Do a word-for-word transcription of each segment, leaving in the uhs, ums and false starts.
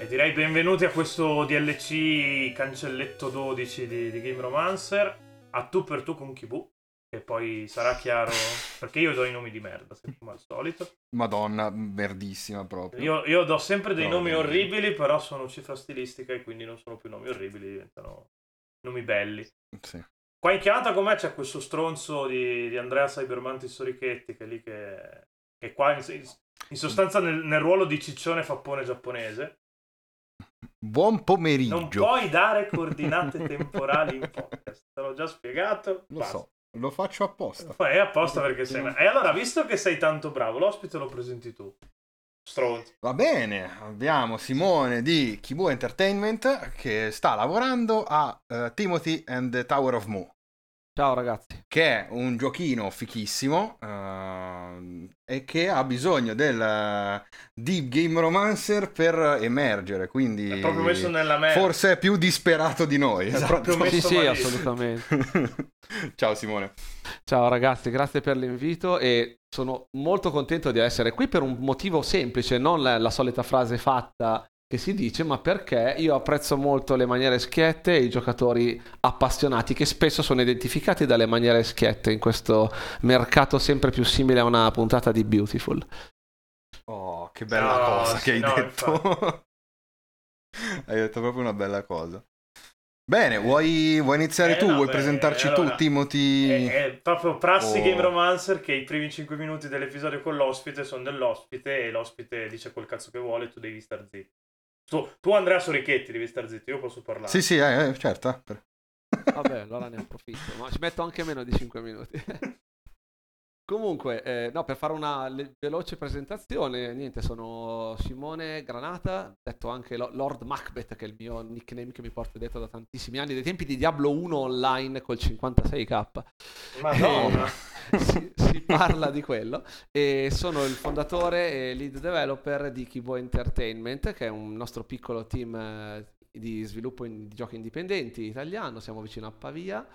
E direi benvenuti a questo D L C cancelletto dodici di, di Game Romancer, a tu per tu con Kibu, che poi sarà chiaro, perché io do i nomi di merda, sempre come al solito. Madonna, merdissima proprio. Io, io do sempre dei Però nomi bene. orribili, però sono cifra stilistica e quindi non sono più nomi orribili, diventano nomi belli. Sì. Qua in chiamata con me c'è questo stronzo di, di Andrea Cybermantis Sorichetti, che è lì che, che qua in, in sostanza nel, nel ruolo di ciccione fappone giapponese. Buon pomeriggio. Non puoi dare coordinate temporali in podcast, te l'ho già spiegato. Lo basta. so, lo faccio apposta. Fai apposta perché sei... E allora, visto che sei tanto bravo, l'ospite lo presenti tu. Stronzo. Va bene, abbiamo Simone di Kibu Entertainment che sta lavorando a uh, Timothy and the Tower of Mu. Ciao ragazzi. Che è un giochino fichissimo uh, e che ha bisogno del uh, Deep Game Romancer per emergere, quindi è proprio messo nella merda. Forse è più disperato di noi. È esatto. proprio messo Sì, sì, malissimo. assolutamente. Ciao Simone. Ciao ragazzi, grazie per l'invito e sono molto contento di essere qui per un motivo semplice, non la, la solita frase fatta che si dice, ma perché io apprezzo molto le maniere schiette e i giocatori appassionati che spesso sono identificati dalle maniere schiette in questo mercato sempre più simile a una puntata di Beautiful. Oh, che bella no, cosa sì, che hai no, detto. Hai detto proprio una bella cosa. Bene, vuoi, vuoi iniziare eh, tu? no, vuoi beh, presentarci allora, tu, Timothy? È, è proprio prassi Oh. Game Romancer che i primi cinque minuti dell'episodio con l'ospite sono dell'ospite e l'ospite dice quel cazzo che vuole e tu devi star zitto. Tu, tu Andrea Sorichetti devi star zitto, io posso parlare. Sì, sì, eh, certo. Vabbè, allora ne approfitto, ma ci metto anche meno di cinque minuti. Comunque, eh, no, per fare una le- veloce presentazione, niente, sono Simone Granata, detto anche Lo- Lord Macbeth, che è il mio nickname che mi porto dietro da tantissimi anni, dai tempi di Diablo uno online col cinquantasei K. Madonna. Eh, si, si parla di quello. E sono il fondatore e lead developer di Kibo Entertainment, che è un nostro piccolo team eh, di sviluppo in- di giochi indipendenti italiano, siamo vicino a Pavia.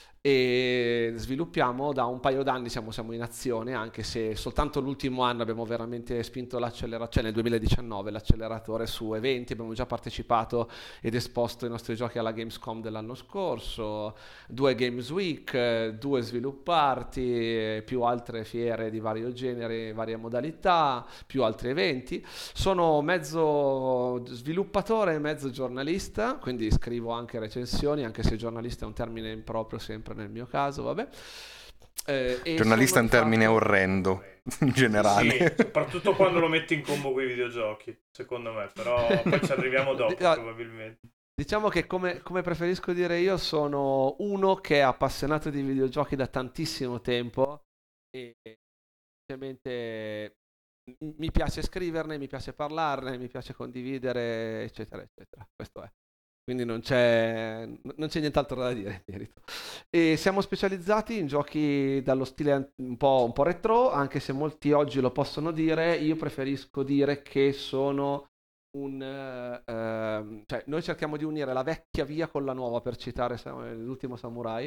E sviluppiamo da un paio d'anni, siamo, siamo in azione, anche se soltanto l'ultimo anno abbiamo veramente spinto l'acceleratore, cioè nel duemiladiciannove l'acceleratore su eventi, abbiamo già partecipato ed esposto i nostri giochi alla Gamescom dell'anno scorso, due Games Week, due Svilup Party, più altre fiere di vario genere, varie modalità, più altri eventi. Sono mezzo sviluppatore e mezzo giornalista, quindi scrivo anche recensioni, anche se giornalista è un termine improprio sempre nel mio caso, vabbè. Eh, e Giornalista è un termine fatto... orrendo in generale. Sì, soprattutto quando lo metti in combo con i videogiochi, secondo me, però poi ci arriviamo dopo probabilmente. Diciamo che come, come preferisco dire io, sono uno che è appassionato di videogiochi da tantissimo tempo e semplicemente mi piace scriverne, mi piace parlarne, mi piace condividere, eccetera, eccetera. Questo è. Quindi non c'è, non c'è nient'altro da dire in merito. E siamo specializzati in giochi dallo stile un po', un po' retro, anche se molti oggi lo possono dire. Io preferisco dire che sono un... Uh, uh, cioè noi cerchiamo di unire la vecchia via con la nuova, per citare l'ultimo samurai.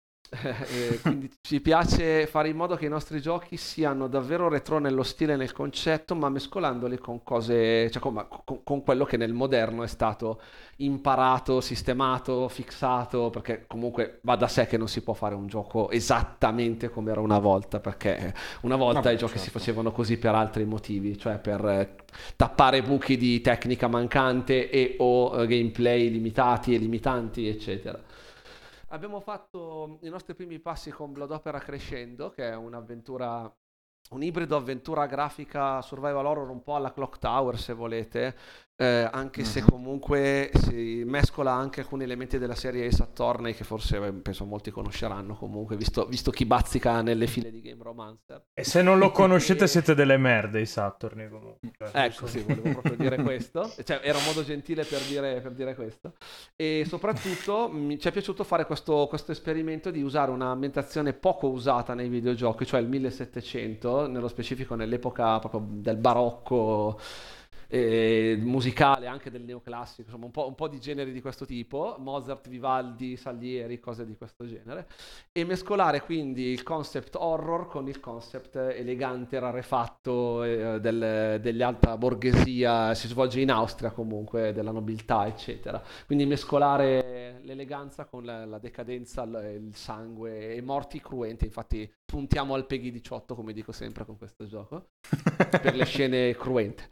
E quindi ci piace fare in modo che i nostri giochi siano davvero retro nello stile e nel concetto, ma mescolandoli con cose, cioè con, con, con quello che nel moderno è stato imparato, sistemato, fissato, perché comunque va da sé che non si può fare un gioco esattamente come era una volta, perché una volta Vabbè, i giochi certo. si facevano così per altri motivi, cioè per eh, tappare buchi di tecnica mancante e o eh, gameplay limitati e limitanti, eccetera. Abbiamo fatto i nostri primi passi con Blood Opera Crescendo, che è un'avventura, un ibrido avventura grafica survival horror un po' alla Clock Tower, se volete, eh, anche uh-huh. se comunque si mescola anche alcuni elementi della serie Ace Attorney, che forse penso molti conosceranno comunque, visto, visto chi bazzica nelle file di Game Romancer. E se non lo conoscete siete delle merde, Ace Attorney comunque. Ecco, sì, volevo proprio dire questo, cioè era un modo gentile per dire, per dire questo. E soprattutto mi ci è piaciuto fare questo, questo esperimento di usare un'ambientazione poco usata nei videogiochi, cioè il millesettecento, nello specifico nell'epoca proprio del barocco, eh, musicale anche del neoclassico, insomma un po', un po' di generi di questo tipo, Mozart, Vivaldi, Salieri, cose di questo genere, e mescolare quindi il concept horror con il concept elegante, rarefatto eh, del, dell'alta borghesia, si svolge in Austria comunque, della nobiltà eccetera, quindi mescolare l'eleganza con la, la decadenza, il, il sangue e morti cruente, infatti puntiamo al Peggy diciotto come dico sempre con questo gioco per le scene cruente.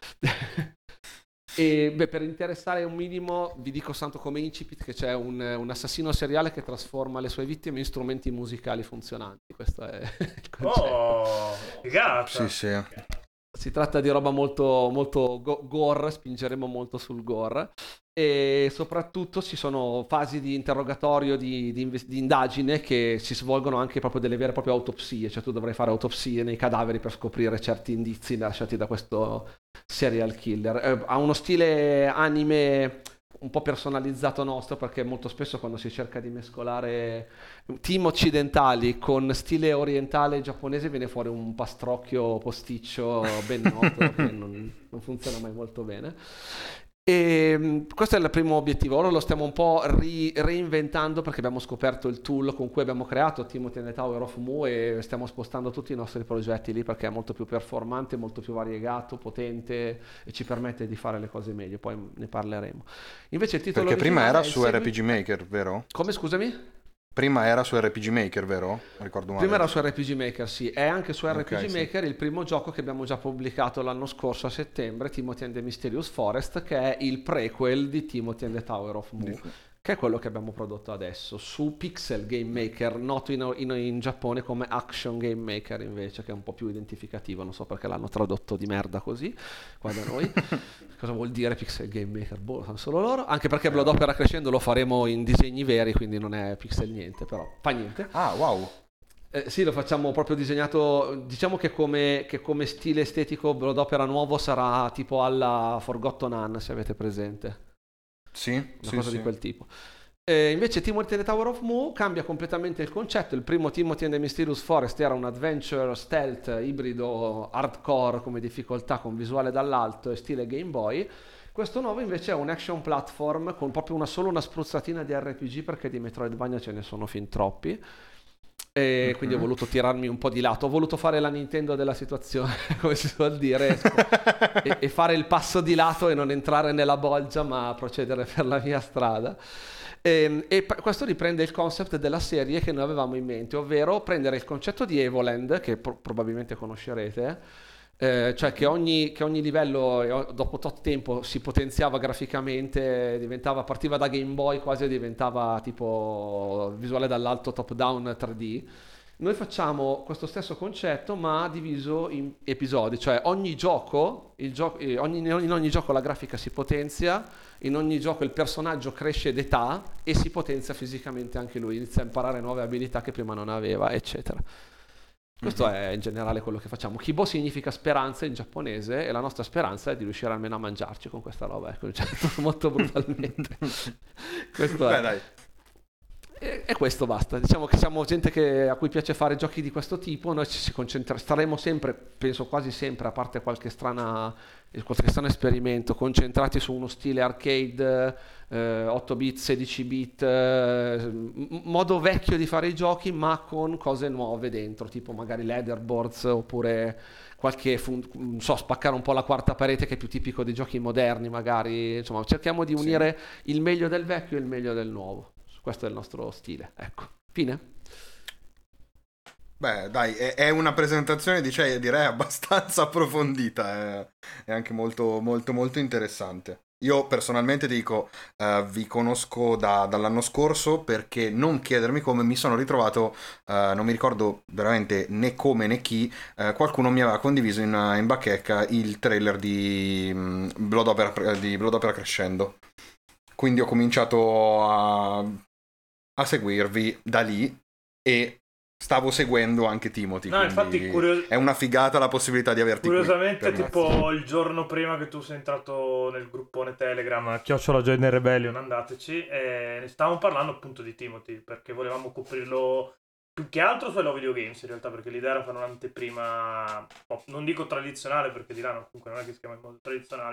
E beh, per interessare un minimo vi dico santo come incipit che c'è un, un assassino seriale che trasforma le sue vittime in strumenti musicali funzionanti, questo è il concetto. Oh, figata. Sì, sì. Si tratta di roba molto, molto go- gore, spingeremo molto sul gore, e soprattutto ci sono fasi di interrogatorio, di, di, inves- di indagine che si svolgono anche proprio delle vere e proprie autopsie, cioè tu dovrai fare autopsie nei cadaveri per scoprire certi indizi lasciati da questo serial killer. Eh, ha uno stile anime un po' personalizzato nostro, perché molto spesso quando si cerca di mescolare team occidentali con stile orientale giapponese viene fuori un pastrocchio posticcio ben noto che non, non funziona mai molto bene. E questo è il primo obiettivo. Ora lo stiamo un po' ri- reinventando perché abbiamo scoperto il tool con cui abbiamo creato Timothy and the Tower of Mu e stiamo spostando tutti i nostri progetti lì perché è molto più performante, molto più variegato, potente e ci permette di fare le cose meglio. Poi ne parleremo. Invece il titolo Perché prima originale era è su segui- R P G Maker, vero? Come, scusami? Prima era su R P G Maker, vero? Ricordo male. Prima era su R P G Maker, sì, è anche su R P G Ok, sì. Maker il primo gioco che abbiamo già pubblicato l'anno scorso a settembre, Timothy and the Mysterious Forest, che è il prequel di Timothy and the Tower of Mu, che è quello che abbiamo prodotto adesso su Pixel Game Maker, noto in, in, in Giappone come Action Game Maker invece, che è un po' più identificativo, non so perché l'hanno tradotto di merda così qua da noi. Cosa vuol dire Pixel Game Maker? Boh, lo sanno solo loro, anche perché Blood Opera crescendo lo faremo in disegni veri, quindi non è pixel niente, però fa niente. Ah, wow. Eh, sì, lo facciamo proprio disegnato, diciamo che come, che come stile estetico Blood Opera nuovo sarà tipo alla Forgotten Nun, se avete presente. Sì, Una sì, cosa sì. di quel tipo. Eh, invece Timothy and the Tower of Mu cambia completamente il concetto. Il primo Timothy and the Mysterious Forest era un adventure stealth ibrido hardcore come difficoltà con visuale dall'alto e stile Game Boy. Questo nuovo invece è un action platform con proprio una, solo una spruzzatina di R P G, perché di Metroidvania ce ne sono fin troppi. E Mhm. quindi ho voluto tirarmi un po' di lato, ho voluto fare la Nintendo della situazione, come si suol dire, e, e fare il passo di lato e non entrare nella bolgia ma procedere per la mia strada. E, e p- questo riprende il concept della serie che noi avevamo in mente, ovvero prendere il concetto di Evoland, che pro- probabilmente conoscerete, eh, cioè che ogni, che ogni livello eh, o- dopo tot tempo si potenziava graficamente, diventava, partiva da Game Boy quasi e diventava tipo visuale dall'alto top down tre D. Noi facciamo questo stesso concetto ma diviso in episodi, cioè ogni gioco, il gio- eh, ogni- in ogni gioco la grafica si potenzia, in ogni gioco il personaggio cresce d'età e si potenzia fisicamente anche lui, inizia a imparare nuove abilità che prima non aveva, eccetera. Questo Mhm. è in generale quello che facciamo. Kibo significa speranza in giapponese e la nostra speranza è di riuscire almeno a mangiarci con questa roba, ecco, cioè, molto brutalmente. Questo Beh, è. dai. E, e questo basta. Diciamo che siamo gente che, a cui piace fare giochi di questo tipo. Noi ci si concentra, staremo sempre, penso quasi sempre, a parte qualche strana, qualche strano esperimento, concentrati su uno stile arcade, eh, otto bit, sedici bit, eh, m- modo vecchio di fare i giochi, ma con cose nuove dentro, tipo magari leaderboards oppure qualche fun- non so, spaccare un po' la quarta parete, che è più tipico dei giochi moderni, magari. Insomma, cerchiamo di Sì. unire il meglio del vecchio e il meglio del nuovo. Questo è il nostro stile, ecco. Fine? Beh, dai, è, è una presentazione, dice- direi, abbastanza approfondita, è, è anche molto, molto, molto interessante. Io personalmente ti dico, eh, vi conosco da- dall'anno scorso, perché non chiedermi come mi sono ritrovato, eh, non mi ricordo veramente né come né chi, eh, qualcuno mi aveva condiviso in, in bacheca il trailer di mm, Blood Opera, di Blood Opera Crescendo. Quindi ho cominciato a, a seguirvi da lì e stavo seguendo anche Timothy. No, quindi infatti curios- è una figata la possibilità di averti qui. Curiosamente, per me. tipo il giorno prima che tu sei entrato nel gruppone Telegram, Chiocciola Join Rebellion, andateci, e ne stavamo parlando appunto di Timothy, perché volevamo coprirlo più che altro su Hello Video Games in realtà, perché l'idea era fare un'anteprima, oh, non dico tradizionale, perché di là no, comunque non è che si chiama in modo tradizionale,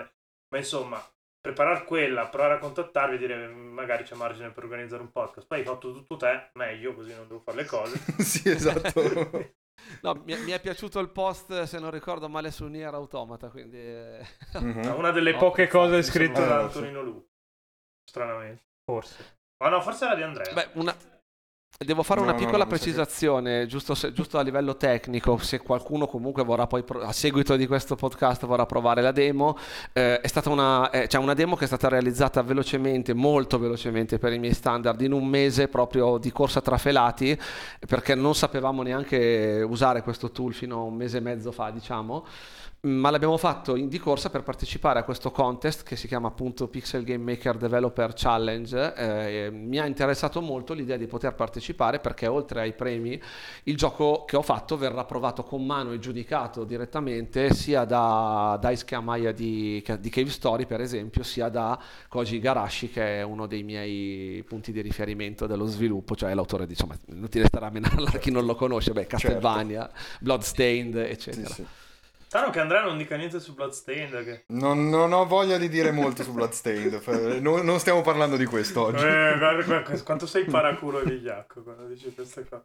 Ma insomma, preparare quella, provare a contattarvi e dire magari c'è margine per organizzare un podcast. Poi hai fatto tutto te, meglio, così non devo fare le cose. Sì, esatto. No, mi, mi è piaciuto il post, se non ricordo male, su Nier Automata, quindi... Mhm. Una delle No, poche cose mi scritte sembra- da eh, Antonino Lu. Stranamente. Forse. Ma no, forse era di Andrea. Beh, una... Devo fare No, una no, piccola no, mi sa che- precisazione, giusto, se- giusto a livello tecnico, se qualcuno comunque vorrà poi, pro- a seguito di questo podcast, vorrà provare la demo, eh, è stata una, eh, cioè una demo che è stata realizzata velocemente, molto velocemente per i miei standard, in un mese proprio di corsa trafelati, perché non sapevamo neanche usare questo tool fino a un mese e mezzo fa, diciamo. Ma l'abbiamo fatto in di corsa per partecipare a questo contest che si chiama appunto Pixel Game Maker Developer Challenge. Eh, mi ha interessato molto l'idea di poter partecipare perché oltre ai premi il gioco che ho fatto verrà provato con mano e giudicato direttamente sia da Daisuke Amaya di, di Cave Story per esempio, sia da Koji Igarashi, che è uno dei miei punti di riferimento dello sviluppo, cioè l'autore di, insomma, inutile stare a menarla a chi non lo conosce, beh, Castlevania, Bloodstained, eccetera. Sì, sì. Strano che Andrea non dica niente su Bloodstained. Che... Non, non ho voglia di dire molto su Bloodstained. F- non, non stiamo parlando di questo oggi. Eh, guarda, guarda, quanto sei paraculo di Giacco quando dici queste cose.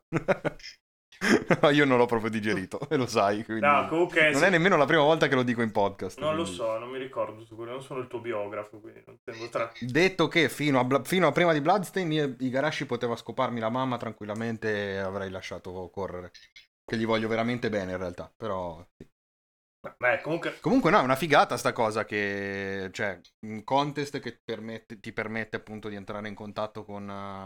No, io non l'ho proprio digerito, e lo sai. Quindi No, comunque non sì. è nemmeno la prima volta che lo dico in podcast. Non lo quindi. so, non mi ricordo su quello, non sono il tuo biografo, quindi non tengo tra... Detto che fino a, Bla- fino a prima di Bloodstained Igarashi poteva scoparmi la mamma tranquillamente e avrei lasciato correre. Che gli voglio veramente bene in realtà, però... Sì. Beh, comunque... Comunque no, è una figata sta cosa che... Cioè, un contest che permette, ti permette appunto di entrare in contatto con... Uh,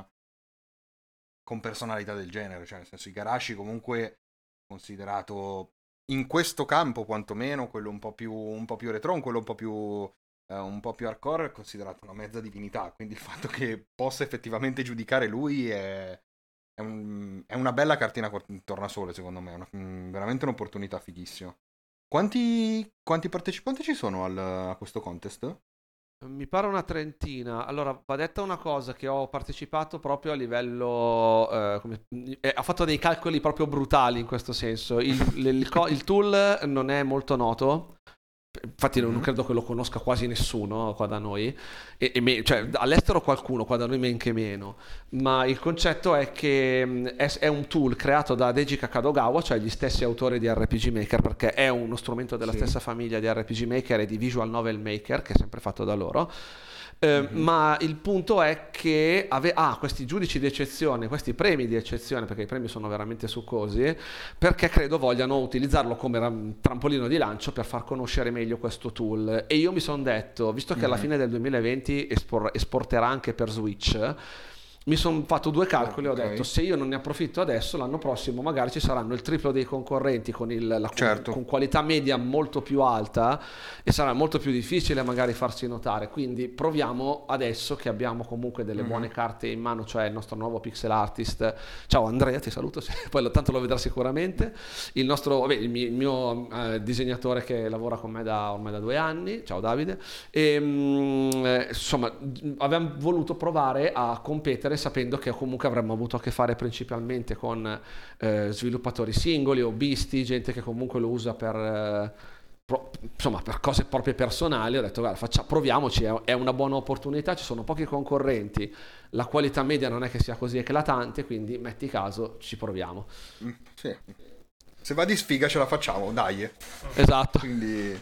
con personalità del genere, cioè nel senso Igarashi comunque considerato in questo campo quantomeno quello un po' più un po' più retro, quello un po' più eh, un po' più hardcore è considerato una mezza divinità, quindi il fatto che possa effettivamente giudicare lui è, è, un, è una bella cartina tornasole secondo me, è una, veramente un'opportunità fighissima. Quanti, quanti partecipanti ci sono al, a questo contest? Mi pare una trentina. Allora, va detta una cosa, che ho partecipato proprio a livello... Eh, come, eh, ho fatto dei calcoli proprio brutali in questo senso. Il, il, il, co- il tool non è molto noto. Infatti non credo che lo conosca quasi nessuno qua da noi, e, e me, cioè, all'estero qualcuno, qua da noi men che meno, ma il concetto è che mh, è, è un tool creato da Dejika Kadogawa, cioè gli stessi autori di R P G Maker, perché è uno strumento della Sì. stessa famiglia di R P G Maker e di Visual Novel Maker, che è sempre fatto da loro. Eh, Mhm. Ma il punto è che ave- ha questi giudici di eccezione, questi premi di eccezione, perché i premi sono veramente succosi, perché credo vogliano utilizzarlo come ram- trampolino di lancio per far conoscere meglio questo tool. E io mi sono detto, visto che alla Mhm. fine del duemilaventi espor- esporterà anche per Switch, mi sono fatto due calcoli e ho Ok. detto, se io non ne approfitto adesso, l'anno prossimo magari ci saranno il triplo dei concorrenti con, il, la, Certo. con qualità media molto più alta e sarà molto più difficile magari farsi notare. Quindi proviamo adesso che abbiamo comunque delle Mhm. buone carte in mano, cioè il nostro nuovo pixel artist. Ciao Andrea, ti saluto, poi lo- tanto lo vedrà sicuramente. Il nostro, vabbè, il mio, il mio, eh, disegnatore che lavora con me da ormai da due anni, ciao Davide. E, mm, eh, insomma, abbiamo voluto provare a competere sapendo che comunque avremmo avuto a che fare principalmente con eh, sviluppatori singoli, hobbisti, gente che comunque lo usa per, eh, pro- insomma, per cose proprie personali. Ho detto, guarda, faccia, proviamoci, è, è una buona opportunità, ci sono pochi concorrenti, la qualità media non è che sia così eclatante, quindi metti caso, ci proviamo. Mm, sì. Se va di sfiga ce la facciamo, dai. Esatto. Quindi...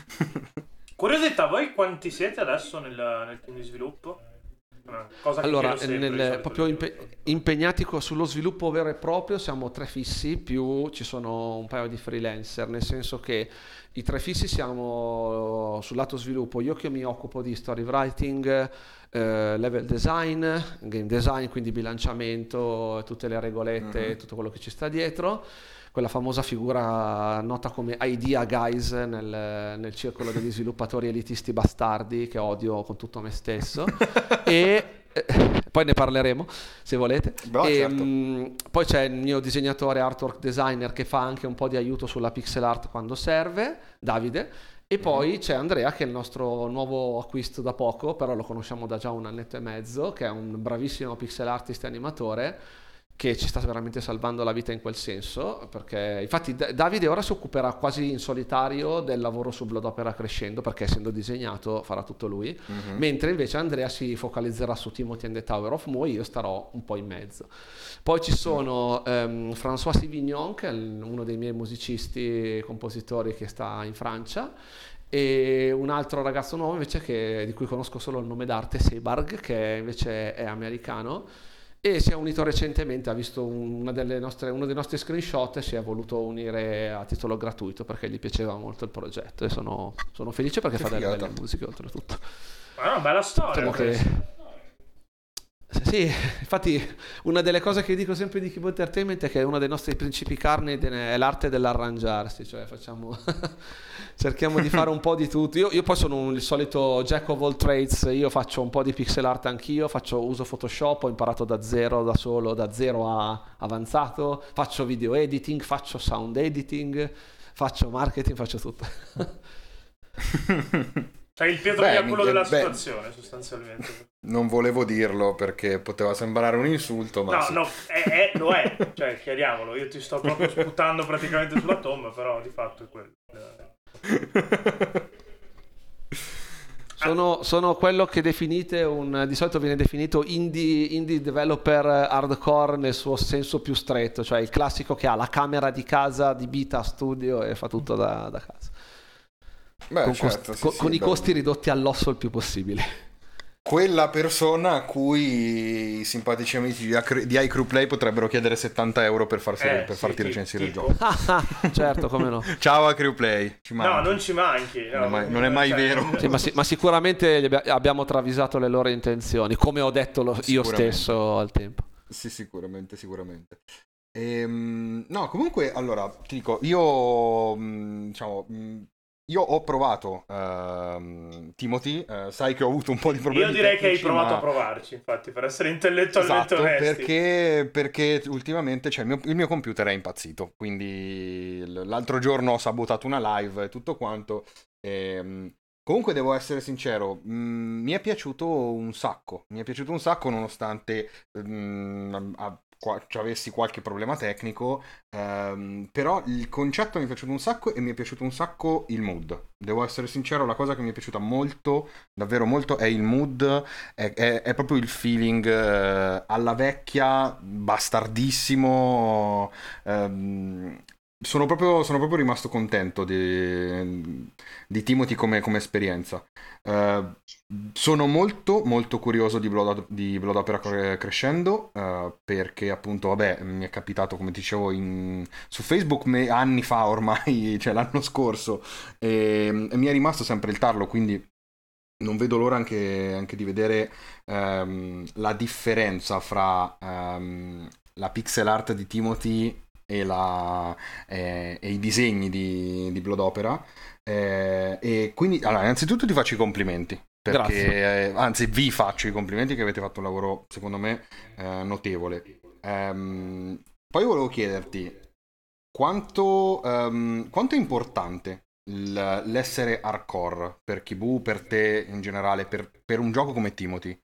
Curiosità, voi quanti siete adesso nel, nel team di sviluppo? Una cosa che Allora, chiedo sempre, di nel- solito proprio agli impe- sviluppatori. impegnati co- sullo sviluppo vero e proprio siamo tre fissi, più ci sono un paio di freelancer, nel senso che i tre fissi siamo sul lato sviluppo, io che mi occupo di story writing, eh, level design, game design, quindi bilanciamento, tutte le regolette, Mhm. tutto quello che ci sta dietro. Quella famosa figura nota come Idea Guys nel, nel circolo degli sviluppatori elitisti bastardi che odio con tutto me stesso. E eh, poi ne parleremo se volete. Beh, E, certo. mh, poi c'è il mio disegnatore artwork designer che fa anche un po' di aiuto sulla pixel art quando serve, Davide. E poi c'è Andrea che è il nostro nuovo acquisto da poco, però lo conosciamo da già un annetto e mezzo, che è un bravissimo pixel artist e animatore, che ci sta veramente salvando la vita in quel senso, perché infatti D- Davide ora si occuperà quasi in solitario del lavoro su Blood Opera Crescendo, perché essendo disegnato farà tutto lui, mm-hmm. mentre invece Andrea si focalizzerà su Timothy and the Tower of Moe, io starò un po' in mezzo. Poi ci sono um, François Sivignon, che è uno dei miei musicisti e compositori che sta in Francia, e un altro ragazzo nuovo invece che, di cui conosco solo il nome d'arte, Sebarg, che invece è americano e si è unito recentemente, ha visto una delle nostre, uno dei nostri screenshot e si è voluto unire a titolo gratuito perché gli piaceva molto il progetto, e sono, sono felice perché che fa figata. Delle belle musiche oltretutto. Ma è una bella storia. Che... Sì, infatti una delle cose che dico sempre di Kibo Entertainment è che uno dei nostri principi cardine è l'arte dell'arrangiarsi, cioè facciamo cerchiamo di fare un po' di tutto. Io, io poi sono un, il solito jack of all trades, io faccio un po' di pixel art anch'io, faccio, uso Photoshop, ho imparato da zero, da solo, da zero a avanzato, faccio video editing, faccio sound editing, faccio marketing, faccio tutto. Cioè il Pietro Piaculo della beh, situazione, sostanzialmente. Non volevo dirlo perché poteva sembrare un insulto, ma no, sì. no, è, è, lo è, cioè chiariamolo, io ti sto proprio sputando praticamente sulla tomba, però di fatto è quello. Sono, sono quello che definite un, di solito viene definito indie, indie developer hardcore nel suo senso più stretto, cioè il classico che ha la camera di casa di Bita Studio e fa tutto da, da casa. Beh, con, certo, cost- sì, con, sì, con i beh. costi ridotti all'osso il più possibile. Quella persona a cui i simpatici amici di, Acre- di iCrewPlay potrebbero chiedere settanta euro per, farsi, eh, per sì, farti tipo, recensire tipo. il gioco. Certo, come no. Ciao iCrewPlay. Ci no, non ci manchi. No, non, è mai, non è mai cioè, vero. Sì, ma, si- ma sicuramente gli abbia- abbiamo travisato le loro intenzioni, come ho detto lo- io stesso al tempo. Sì, sicuramente, sicuramente. Ehm, no, comunque, allora, ti dico, io, mh, diciamo... Mh, Io ho provato uh, Timothy, uh, sai che ho avuto un po' di problemi. Io direi tecnici, che hai provato ma... a provarci, infatti, per essere intellettualmente esatto, onesti. Perché, perché ultimamente cioè, il, mio, il mio computer è impazzito, quindi l'altro giorno ho sabotato una live e tutto quanto. E, comunque devo essere sincero, mh, mi è piaciuto un sacco, mi è piaciuto un sacco nonostante mh, a, qua, ci avessi qualche problema tecnico, ehm, però il concetto mi è piaciuto un sacco e mi è piaciuto un sacco il mood. Devo essere sincero, la cosa che mi è piaciuta molto, davvero molto, è il mood, è, è, è proprio il feeling eh, alla vecchia, bastardissimo. ehm, Sono proprio, sono proprio rimasto contento di, di Timothy come, come esperienza. Uh, sono molto molto curioso di Blood, di Blood Opera Crescendo, uh, perché appunto vabbè mi è capitato, come dicevo, in, su Facebook me, anni fa ormai, cioè l'anno scorso, e, e mi è rimasto sempre il tarlo, quindi non vedo l'ora anche, anche di vedere um, la differenza fra um, la pixel art di Timothy e, la, eh, e i disegni di, di Blood Opera, eh, e quindi allora innanzitutto ti faccio i complimenti perché eh, anzi vi faccio i complimenti che avete fatto un lavoro secondo me eh, notevole. Ehm, poi volevo chiederti quanto, um, quanto è importante l- l'essere hardcore per Kibu, per te in generale, per, per un gioco come Timothy.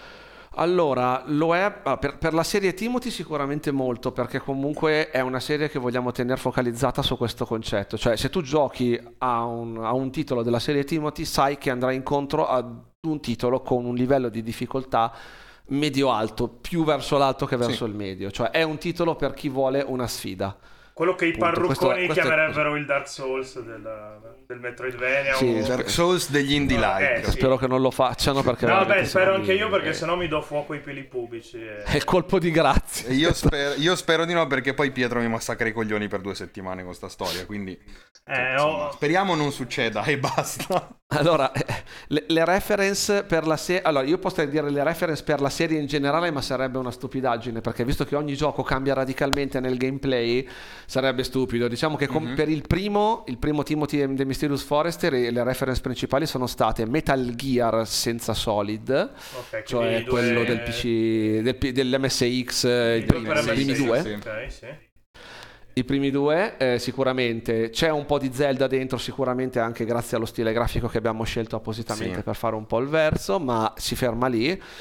Allora, lo è per, per la serie Timothy sicuramente molto, perché comunque è una serie che vogliamo tenere focalizzata su questo concetto. Cioè, se tu giochi a un, a un titolo della serie Timothy, sai che andrai incontro ad un titolo con un livello di difficoltà medio-alto, più verso l'alto che verso sì. il medio. Cioè, è un titolo per chi vuole una sfida. Quello che i Punto. parrucconi questo, questo chiamerebbero è... il Dark Souls del, del Metroidvania. Sì, o... Dark Souls degli indie no, like. eh, sì. Spero che non lo facciano perché no, beh, spero anche mi... io perché sennò mi do fuoco ai peli pubici. E... È il colpo di grazia. Io spero, io spero di no, perché poi Pietro mi massacra i coglioni per due settimane con sta storia, quindi eh, cioè, insomma, oh... speriamo non succeda e basta. Allora, le, le reference per la serie... Allora, io potrei dire le reference per la serie in generale, ma sarebbe una stupidaggine, perché visto che ogni gioco cambia radicalmente nel gameplay, sarebbe stupido. Diciamo che com- mm-hmm. per il primo, il primo Timothy and the Mysterious Forest, le reference principali sono state Metal Gear senza Solid, okay, cioè due... quello del P C, del, dell'M S X, i primi, i primi due. Sì. Okay, sì. I primi due eh, sicuramente c'è un po' di Zelda dentro, sicuramente anche grazie allo stile grafico che abbiamo scelto appositamente sì. per fare un po' il verso, ma si ferma lì.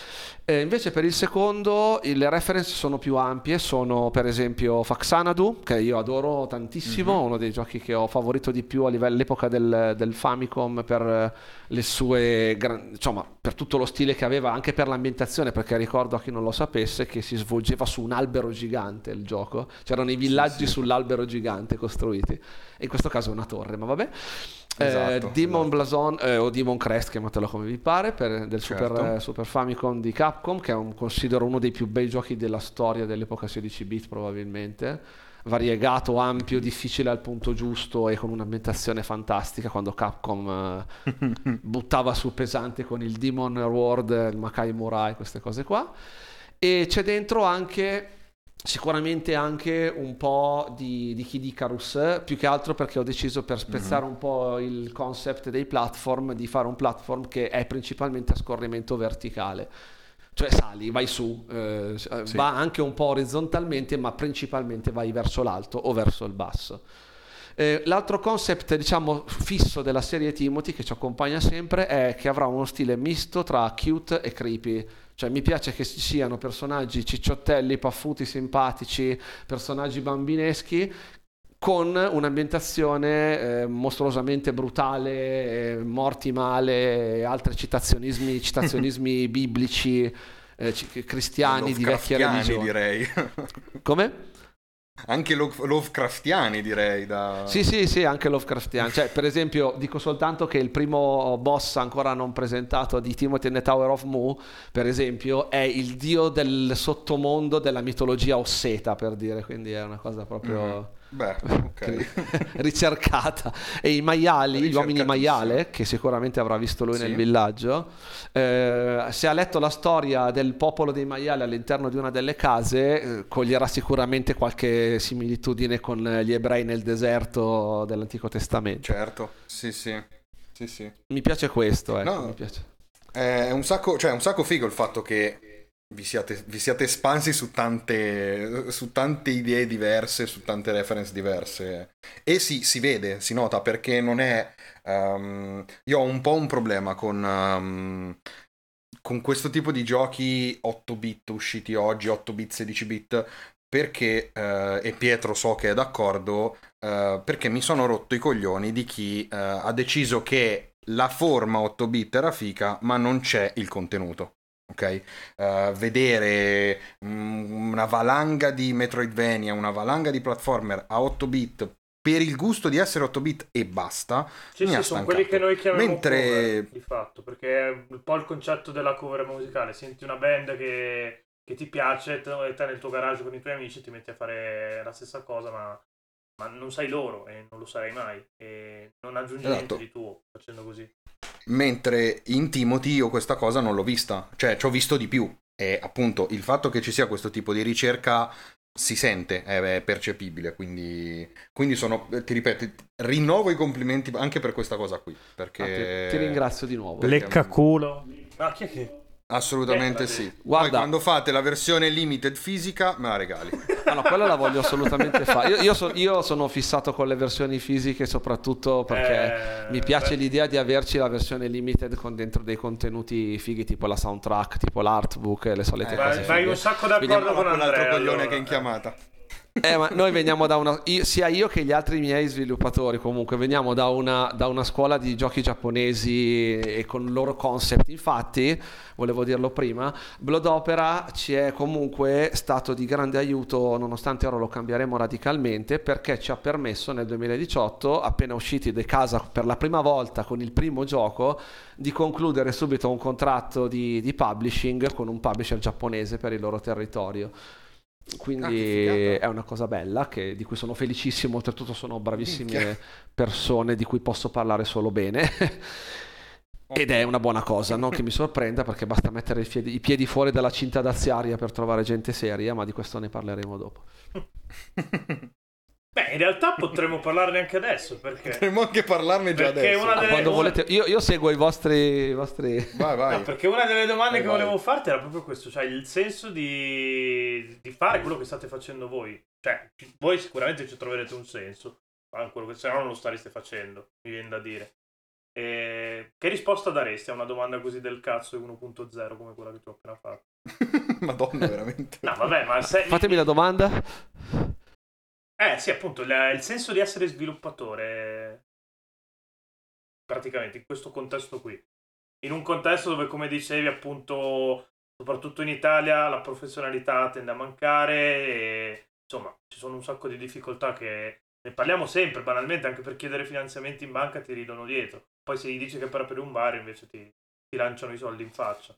Eh, invece per il secondo il- le reference sono più ampie, sono per esempio Faxanadu, che io adoro tantissimo, Mhm. uno dei giochi che ho favorito di più a livello all'epoca del, del Famicom per eh, le sue, gran- insomma, per tutto lo stile che aveva, anche per l'ambientazione, perché ricordo a chi non lo sapesse che si svolgeva su un albero gigante il gioco, c'erano i Sì, villaggi sì. sull'albero gigante costruiti, e in questo caso una torre, ma vabbè. Eh, Esatto, Demon esatto. Blason eh, o Demon Crest, chiamatelo come vi pare, per- del Super, Certo. eh, Super Famicom di Capcom, che è un, considero uno dei più bei giochi della storia dell'epoca sedici bit probabilmente, variegato, ampio, difficile al punto giusto e con un'ambientazione fantastica, quando Capcom eh, buttava su pesante con il Demon World, il Makai Murai, queste cose qua. E c'è dentro anche sicuramente anche un po' di, di Kid Icarus, più che altro perché ho deciso, per spezzare Mhm. un po' il concept dei platform, di fare un platform che è principalmente a scorrimento verticale. Cioè sali, vai su, eh, Sì. va anche un po' orizzontalmente, ma principalmente vai verso l'alto o verso il basso. Eh, l'altro concept, diciamo, fisso della serie Timothy, che ci accompagna sempre, è che avrà uno stile misto tra cute e creepy. Cioè mi piace che ci siano personaggi cicciottelli, paffuti, simpatici, personaggi bambineschi, con un'ambientazione eh, mostruosamente brutale, eh, morti male, e altri citazionismi, citazionismi biblici, eh, ci- E cristiani di vecchie Lovecraftiani, religioni. direi. Come? Anche lo- Lovecraftiani, direi. Da... Sì, sì, sì, anche Lovecraftiano. Cioè, per esempio, dico soltanto che il primo boss ancora non presentato di Timothy and the Tower of Mu, per esempio, è il dio del sottomondo della mitologia osseta, per dire, quindi è una cosa Mhm. proprio Beh, ok. ricercata. E i maiali, gli uomini Ricercatissimo. maiale, che sicuramente avrà visto lui nel Sì. villaggio, eh, se ha letto la storia del popolo dei maiali all'interno di una delle case, eh, coglierà sicuramente qualche similitudine con gli ebrei nel deserto dell'Antico Testamento. Certo. Sì, sì. Sì, sì. Mi piace questo, ecco, mi No, piace. è un sacco, cioè, è un sacco figo il fatto che vi siate, vi siate espansi su tante, su tante idee diverse, su tante reference diverse. E si, si vede, si nota, perché non è... ehm, io ho un po' un problema con, ehm, con questo tipo di giochi otto bit usciti oggi, otto bit, sedici bit, perché, eh, e Pietro so che è d'accordo, eh, perché mi sono rotto i coglioni di chi eh, ha deciso che la forma otto bit era fica, ma non c'è il contenuto. Ok? Eh, vedere mm, una valanga di Metroidvania, una valanga di platformer a otto bit per il gusto di essere otto bit e basta, Sì, mi ha sì, sono quelli che stancato. noi chiamiamo cover, Mentre di fatto, perché è un po' il concetto della cover musicale. Senti una band che, che ti piace, te, e te nel tuo garage con i tuoi amici ti metti a fare la stessa cosa, ma, ma non sai loro e non lo sarai mai. E non aggiungi niente esatto. di tuo facendo così. Mentre in Timothy io questa cosa non l'ho vista, cioè ci ho visto di più. E appunto il fatto che ci sia questo tipo di ricerca si sente, è, è percepibile. Quindi, quindi sono, ti ripeto, rinnovo i complimenti anche per questa cosa qui. Ah, ti, ti Perché, ringrazio di nuovo. perché Lecca culo. Ma chi è che... Chi è che l'ha assolutamente sì. detto? Poi Guarda, quando fate la versione limited fisica, me la regali. ah no, quella la voglio assolutamente fare. Io, io so- io sono fissato con le versioni fisiche, soprattutto perché mi Eh, piace beh, l'idea di averci la versione limited con dentro dei contenuti fighi, tipo la soundtrack, tipo l'artbook e le solite Eh, cose vai, vai un fighe. sacco Vediamo- d'accordo Chiama con quell'altro Andrea, coglione che è allora. in Eh. chiamata. Eh, ma noi veniamo da una, io- sia io che gli altri miei sviluppatori comunque veniamo da una, da una scuola di giochi giapponesi e con il loro concept. Infatti, volevo dirlo prima, Blood Opera ci è comunque stato di grande aiuto, nonostante ora lo cambieremo radicalmente, perché ci ha permesso nel duemiladiciotto, appena usciti da casa per la prima volta con il primo gioco, di concludere subito un contratto di, di publishing con un publisher giapponese per il loro territorio. Ah, che Quindi figata. è una cosa bella che- di cui sono felicissimo. Oltretutto sono Minchia. bravissime persone di cui posso parlare solo bene. Ed è Ottimo. una buona cosa, non che mi sorprenda, perché basta mettere i piedi, i piedi fuori dalla cinta daziaria per trovare gente seria, ma di questo ne parleremo dopo. Beh, in realtà potremmo parlarne anche adesso, perché... Potremmo anche parlarne già Perché adesso. una Ah, delle- quando una- volete, io, io seguo i vostri, i vostri... Vai, vai. No, perché una delle domande Vai, che vai. volevo farti era proprio questo, cioè il senso di, di fare quello che state facendo voi. Cioè, voi sicuramente ci troverete un senso, ma quello che se no non lo stareste facendo, mi viene da dire. E che risposta daresti a una domanda così del cazzo uno punto zero come quella che ti ho appena fatto? Madonna, veramente. No, vabbè, ma se... Fatemi la domanda. Eh, sì, appunto, il, il senso di essere sviluppatore, praticamente, in questo contesto qui. In un contesto dove, come dicevi, appunto, soprattutto in Italia, la professionalità tende a mancare e, insomma, ci sono un sacco di difficoltà che ne parliamo sempre, banalmente, anche per chiedere finanziamenti in banca ti ridono dietro. Poi se gli dici che per aprire un bar, invece ti, ti lanciano i soldi in faccia.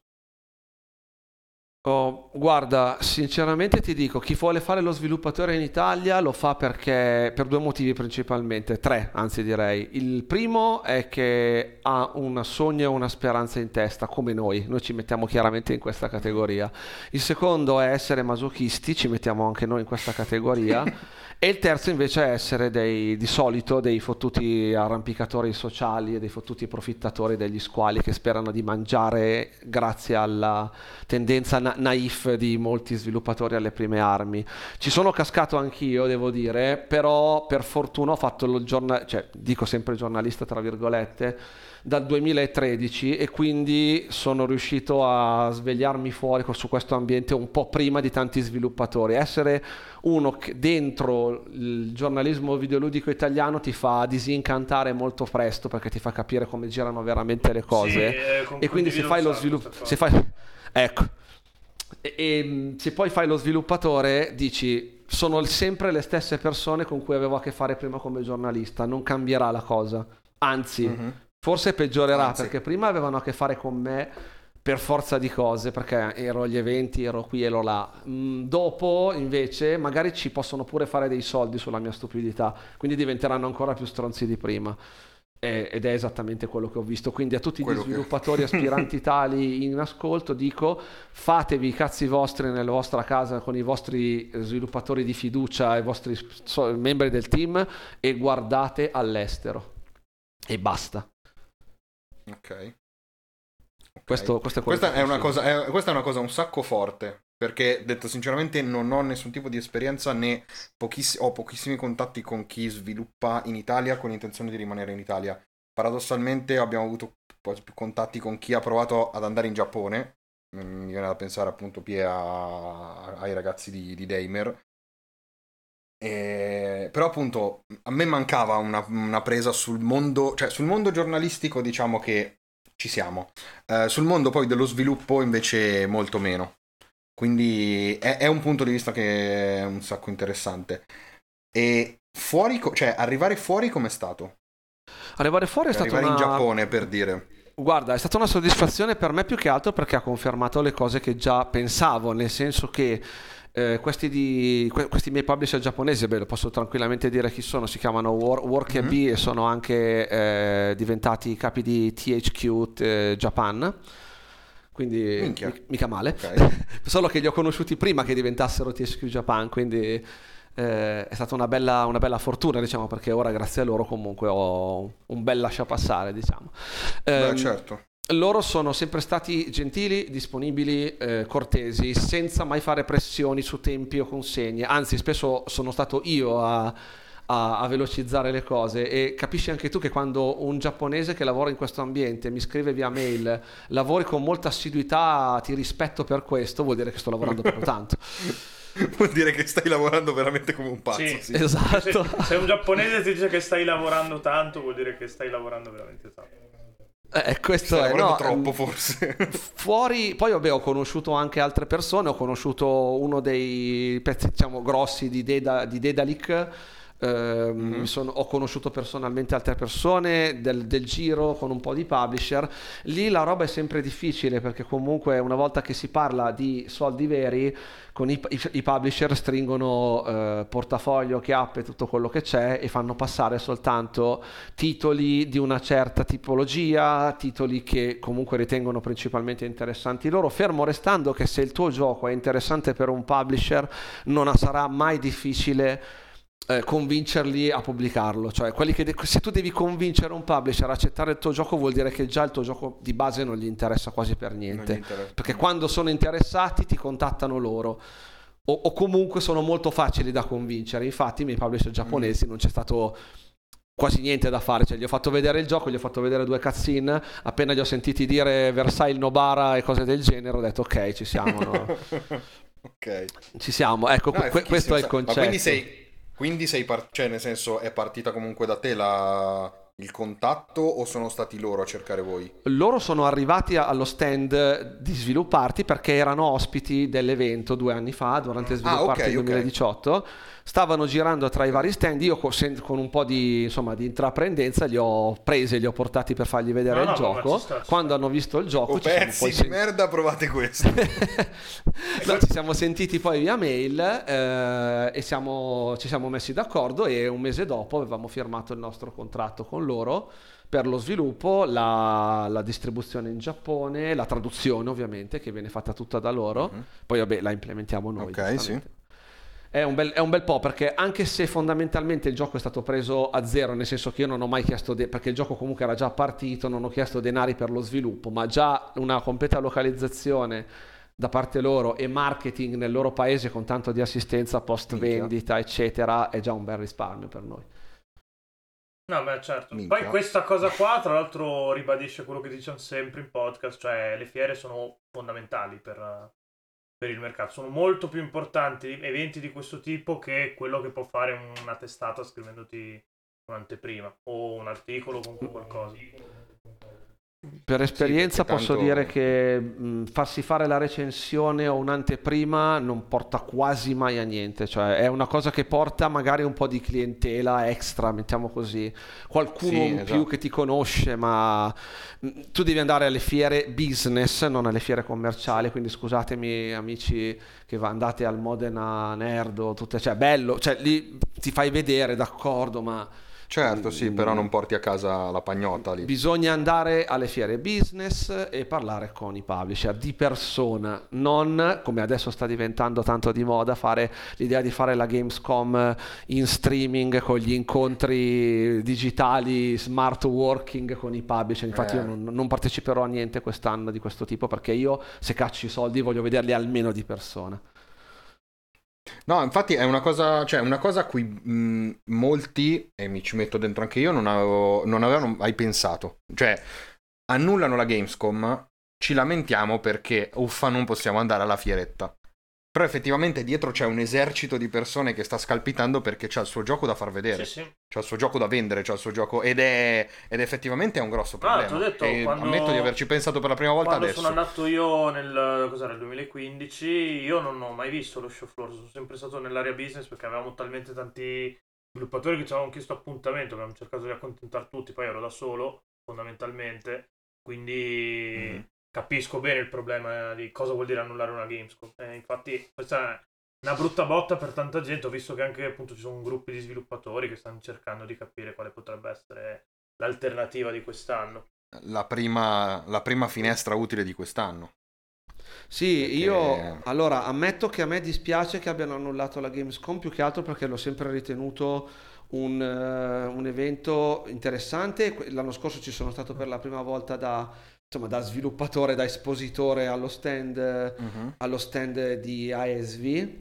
Oh, guarda, sinceramente ti dico, chi vuole fare lo sviluppatore in Italia lo fa perché per due motivi principalmente, tre anzi direi. Il primo è che ha un sogno e una speranza in testa, come noi, noi ci mettiamo chiaramente in questa categoria. Il secondo è essere masochisti, ci mettiamo anche noi in questa categoria. E il terzo invece è essere dei, di solito dei fottuti arrampicatori sociali e dei fottuti profittatori degli squali che sperano di mangiare grazie alla tendenza na- naif di molti sviluppatori alle prime armi. Ci sono cascato anch'io, devo dire, però per fortuna ho fatto il giornalista, cioè dico sempre giornalista tra virgolette, dal duemilatredici e quindi sono riuscito a svegliarmi fuori su questo ambiente un po' prima di tanti sviluppatori. Essere uno che dentro il giornalismo videoludico italiano ti fa disincantare molto presto perché ti fa capire come girano veramente le cose. Sì, eh, e quindi se fai lo sviluppo, se fai ecco e, e se poi fai lo sviluppatore dici sono sempre le stesse persone con cui avevo a che fare prima come giornalista, non cambierà la cosa, anzi mm-hmm. forse peggiorerà. Anzi. Perché prima avevano a che fare con me per forza di cose, perché ero agli eventi, ero qui, ero là. Mm, dopo invece magari ci possono pure fare dei soldi sulla mia stupidità, quindi diventeranno ancora più stronzi di prima. E, ed è esattamente quello che ho visto. Quindi a tutti quello gli sviluppatori che... aspiranti tali in ascolto dico: fatevi i cazzi vostri nella vostra casa con i vostri sviluppatori di fiducia e i vostri so, membri del team e guardate all'estero. E basta. Ok. Questo, questo è questa, è una cosa, è, questa è una cosa un sacco forte, perché detto sinceramente non ho nessun tipo di esperienza né pochiss- ho pochissimi contatti con chi sviluppa in Italia con l'intenzione di rimanere in Italia. Paradossalmente abbiamo avuto più contatti con chi ha provato ad andare in Giappone, mi viene da pensare appunto Pie a, ai ragazzi di, di Damer. E, però appunto a me mancava una, una presa sul mondo, cioè sul mondo giornalistico diciamo che ci siamo, uh, sul mondo poi dello sviluppo invece molto meno, quindi è, è un punto di vista che è un sacco interessante. E fuori, cioè arrivare fuori com'è stato? Arrivare fuori è stato arrivare una... in Giappone, per dire. Guarda, è stata una soddisfazione per me più che altro perché ha confermato le cose che già pensavo, nel senso che Eh, questi, di, que- questi miei publisher giapponesi, beh, lo posso tranquillamente dire chi sono, si chiamano War- Workaby mm-hmm. e sono anche eh, diventati capi di T H Q eh, Japan, quindi mi- mica male, okay. Solo che li ho conosciuti prima che diventassero T H Q Japan, quindi eh, è stata una bella, una bella fortuna, diciamo, perché ora grazie a loro comunque ho un bel lasciapassare, diciamo. Beh, um, certo. Loro sono sempre stati gentili, disponibili, eh, cortesi, senza mai fare pressioni su tempi o consegne. Anzi, spesso sono stato io a, a, a velocizzare le cose. E capisci anche tu che quando un giapponese che lavora in questo ambiente mi scrive via mail, lavori con molta assiduità, ti rispetto per questo, vuol dire che sto lavorando proprio tanto. Vuol dire che stai lavorando veramente come un pazzo. Sì, sì. Esatto. Se, se un giapponese ti dice che stai lavorando tanto, vuol dire che stai lavorando veramente tanto. Eh, questo Stai è no, troppo forse. Fuori, poi vabbè, ho conosciuto anche altre persone, ho conosciuto uno dei pezzi diciamo grossi di, Deda, di Dedalic. Uh, mm-hmm. mi sono, ho conosciuto personalmente altre persone del, del giro con un po' di publisher. Lì la roba è sempre difficile perché comunque una volta che si parla di soldi veri con i, i, i publisher stringono uh, portafoglio, chiappe, tutto quello che c'è e fanno passare soltanto titoli di una certa tipologia, titoli che comunque ritengono principalmente interessanti loro, fermo restando che se il tuo gioco è interessante per un publisher non sarà mai difficile Eh, convincerli a pubblicarlo. Cioè quelli che de- se tu devi convincere un publisher a accettare il tuo gioco vuol dire che già il tuo gioco di base non gli interessa quasi per niente, perché quando sono interessati ti contattano loro o, o comunque sono molto facili da convincere. Infatti i miei publisher giapponesi mm. non c'è stato quasi niente da fare, cioè gli ho fatto vedere il gioco, gli ho fatto vedere due cutscene, appena li ho sentiti dire Versailles Nobara e cose del genere ho detto ok, ci siamo, no? Ok. Ci siamo, ecco, No, è que- questo è il fighissimo. concetto. Ma quindi sei, quindi sei par- cioè nel senso è partita comunque da te la- il contatto o sono stati loro a cercare voi? Loro sono arrivati a- allo stand di Svilupparty perché erano ospiti dell'evento due anni fa, durante Svilupparty ok, ok. duemiladiciotto. Stavano girando tra i vari stand, io co- sen- con un po' di, insomma, di intraprendenza li ho presi e li ho portati per fargli vedere No, il no, ma gioco. ci sta, ci Quando sta. hanno visto il gioco Oh, ci siamo pezzi poi di sen- merda, provate questo. No, ci siamo sentiti poi via mail eh, e siamo- ci siamo messi d'accordo e un mese dopo avevamo firmato il nostro contratto con loro per lo sviluppo, la, la distribuzione in Giappone, la traduzione ovviamente che viene fatta tutta da loro, Mhm. poi vabbè la implementiamo noi. Ok, giustamente. È un, bel, è un bel po' perché anche se fondamentalmente il gioco è stato preso a zero, nel senso che io non ho mai chiesto, de- perché il gioco comunque era già partito, non ho chiesto denari per lo sviluppo, ma già una completa localizzazione da parte loro e marketing nel loro paese con tanto di assistenza post vendita eccetera è già un bel risparmio per noi. No, beh, certo. Minchia. Poi questa cosa qua, tra l'altro, ribadisce quello che diciamo sempre in podcast, cioè le fiere sono fondamentali per, per il mercato. Sono molto più importanti eventi di questo tipo che quello che può fare una testata scrivendoti un'anteprima o un articolo o comunque qualcosa. Per esperienza Sì, perché posso tanto- dire che mh, farsi fare la recensione o un'anteprima non porta quasi mai a niente, cioè è una cosa che porta magari un po' di clientela extra, mettiamo così, qualcuno Sì, in esatto. più che ti conosce, ma mh, tu devi andare alle fiere business, non alle fiere commerciali, quindi scusatemi amici che va- andate al Modena Nerd o tutte, cioè bello, cioè lì ti fai vedere, d'accordo, ma Certo, sì, Mm. però non porti a casa la pagnotta lì. bisogna andare alle fiere business e parlare con i publisher di persona, non come adesso sta diventando tanto di moda fare l'idea di fare la Gamescom in streaming con gli incontri digitali, smart working con i publisher. Infatti Eh. io non, non parteciperò a niente quest'anno di questo tipo perché io se caccio i soldi voglio vederli almeno di persona. No, infatti è una cosa, cioè una cosa a cui mh, molti, e mi ci metto dentro anche io, non, avevo, non avevano mai pensato. Cioè, annullano la Gamescom, ci lamentiamo perché, uffa, non possiamo andare alla fieretta. Però effettivamente dietro c'è un esercito di persone che sta scalpitando perché c'ha il suo gioco da far vedere. Sì, sì. C'ha il suo gioco da vendere, c'ha il suo gioco ed è ed effettivamente è un grosso problema. Ah, t'ho detto, E quando- ammetto di averci pensato per la prima volta Quando adesso. sono andato io nel cos'era, il duemilaquindici, io non ho mai visto lo show floor, sono sempre stato nell'area business perché avevamo talmente tanti sviluppatori che ci avevano chiesto appuntamento, abbiamo cercato di accontentare tutti, poi ero da solo fondamentalmente, quindi Mhm. capisco bene il problema di cosa vuol dire annullare una Gamescom. Eh, infatti questa è una brutta botta per tanta gente, ho visto che anche appunto ci sono gruppi di sviluppatori che stanno cercando di capire quale potrebbe essere l'alternativa di quest'anno. La prima, la prima finestra utile di quest'anno. Sì, Perché- io allora ammetto che a me dispiace che abbiano annullato la Gamescom più che altro perché l'ho sempre ritenuto un, eh, un evento interessante. Que- L'anno scorso ci sono stato per la prima volta da, insomma, da sviluppatore, da espositore allo stand, Mhm. allo stand di I S V.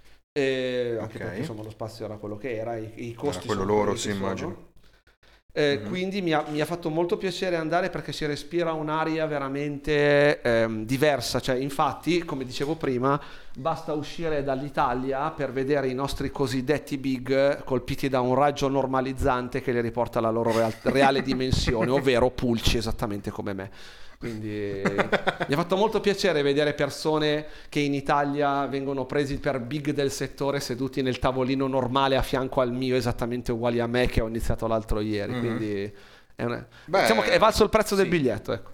E anche Ok. perché insomma lo spazio era quello che era, i, i costi quello sono loro, quelli sì, che sono. immagino. Eh, Mhm. Quindi mi ha, mi ha fatto molto piacere andare perché si respira un'aria veramente ehm, diversa, cioè infatti come dicevo prima basta uscire dall'Italia per vedere i nostri cosiddetti big colpiti da un raggio normalizzante che li riporta alla loro real- reale dimensione, ovvero pulci esattamente come me. Quindi mi ha fatto molto piacere vedere persone che in Italia vengono presi per big del settore seduti nel tavolino normale a fianco al mio, esattamente uguali a me che ho iniziato l'altro ieri. Mhm. Quindi è, una... Beh, diciamo che è valso il prezzo del sì. biglietto. Ecco.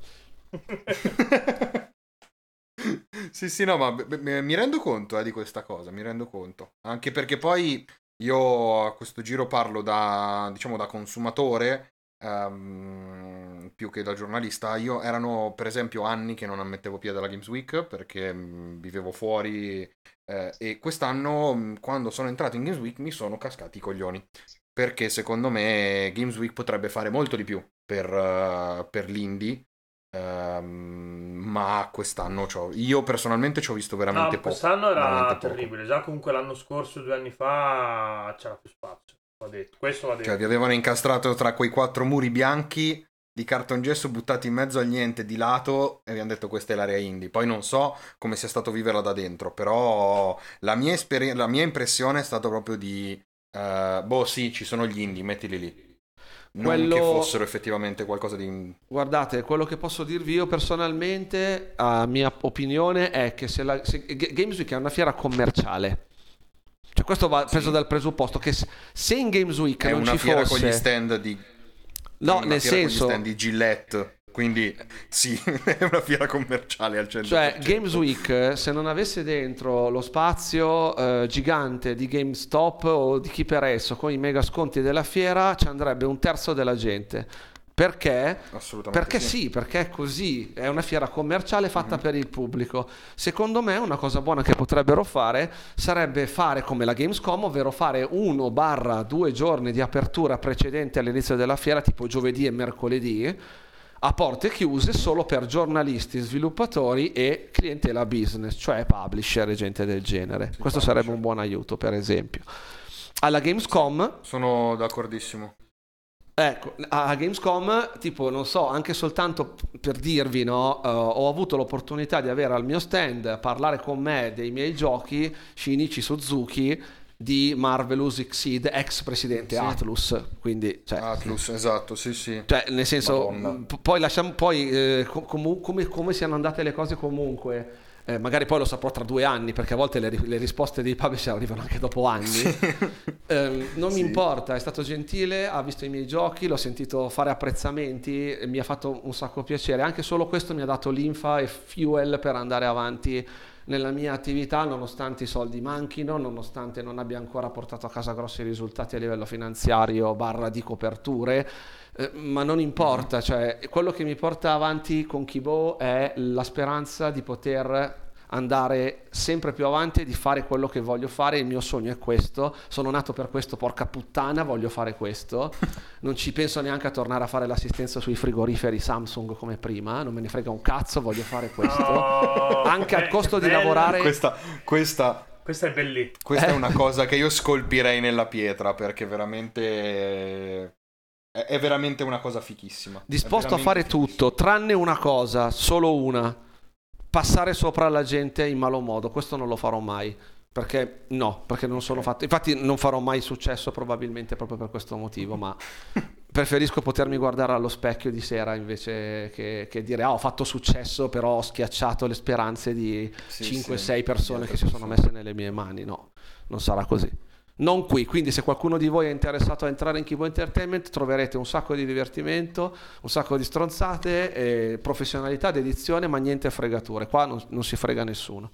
Sì, sì, no, ma b- b- mi rendo conto eh, di questa cosa, mi rendo conto. Anche perché poi io a questo giro parlo da, diciamo, da consumatore, ehm, più che da giornalista. Io erano, per esempio, anni che non ammettevo piede alla Games Week perché mh, vivevo fuori eh, e quest'anno, mh, quando sono entrato in Games Week, mi sono cascati i coglioni. Perché secondo me Games Week potrebbe fare molto di più per, eh, per l'indie. Ehm, ma quest'anno c'ho, io personalmente ci ho visto veramente No, poco. quest'anno era veramente poco. terribile. Già comunque l'anno scorso, due anni fa, c'era più spazio. va detto. Questo va detto. Cioè vi avevano incastrato tra quei quattro muri bianchi di cartongesso buttati in mezzo al niente di lato e vi hanno detto questa è l'area indie. Poi non so come sia stato viverla da dentro, però la mia, esperi- la mia impressione è stata proprio di uh, boh sì, ci sono gli indie, mettili lì. Non Quello... che fossero effettivamente qualcosa di... Guardate, quello che posso dirvi io personalmente, a mia opinione, è che se, la, se Games Week è una fiera commerciale, cioè questo va preso Sì. dal presupposto che se in Games Week è non una ci fiera fosse... con gli stand di... No, una nel fiera senso... con gli stand di Gillette, quindi sì, è una fiera commerciale al cento per cento. Cioè, Games Week, se non avesse dentro lo spazio eh, gigante di GameStop o di chi per esso con i mega sconti della fiera, ci andrebbe un terzo della gente. Perché? Assolutamente Perché sì. sì, perché è così, è una fiera commerciale fatta Mm-hmm. per il pubblico. Secondo me una cosa buona che potrebbero fare sarebbe fare come la Gamescom, ovvero fare uno barra due giorni di apertura precedente all'inizio della fiera, tipo giovedì e mercoledì, a porte chiuse solo per giornalisti, sviluppatori e clientela business, cioè publisher e gente del genere. Sì, Questo publisher. sarebbe un buon aiuto, per esempio. Alla Gamescom... Sono d'accordissimo. Ecco, a Gamescom, tipo, non so, anche soltanto per dirvi, no, uh, ho avuto l'opportunità di avere al mio stand a parlare con me dei miei giochi Shinichi Suzuki di Marvelous Exceed, ex presidente Sì. Atlus, quindi, cioè, Atlus, esatto, sì, sì. cioè nel senso, Madonna. p- poi lasciamo, poi eh, com- com- come, come siano andate le cose comunque. Eh, magari poi lo saprò tra due anni, perché a volte le, ri- le risposte dei publisher arrivano anche dopo anni. Eh, non Sì. mi importa, è stato gentile, ha visto i miei giochi, l'ho sentito fare apprezzamenti, e mi ha fatto un sacco piacere. Anche solo questo mi ha dato linfa e fuel per andare avanti nella mia attività, nonostante i soldi manchino, nonostante non abbia ancora portato a casa grossi risultati a livello finanziario barra di coperture. Eh, ma non importa, cioè quello che mi porta avanti con Kibo è la speranza di poter andare sempre più avanti e di fare quello che voglio fare. Il mio sogno è questo, sono nato per questo, porca puttana, voglio fare questo. Non ci penso neanche a tornare a fare l'assistenza sui frigoriferi Samsung come prima, non me ne frega un cazzo, voglio fare questo. Oh, Anche che al costo be- di che lavorare. Questa, questa, Questa è bellissima. questa Eh. è una cosa che io scolpirei nella pietra, perché veramente è, è veramente una cosa fichissima. Disposto È a fare veramente tutto, tranne una cosa, solo una. Passare sopra alla gente in malo modo. Questo non lo farò mai. Perché no, perché non sono fatto. Infatti non farò mai successo probabilmente proprio per questo motivo, ma preferisco potermi guardare allo specchio di sera invece che, che dire ah, ho fatto successo, però ho schiacciato le speranze di Sì, cinque sì, sei persone di che si altre sono persone. messe nelle mie mani. No, non sarà così. Non qui, quindi se qualcuno di voi è interessato a entrare in Kibo Entertainment troverete un sacco di divertimento, un sacco di stronzate, e professionalità d'edizione, ma niente fregature, qua non, non si frega nessuno.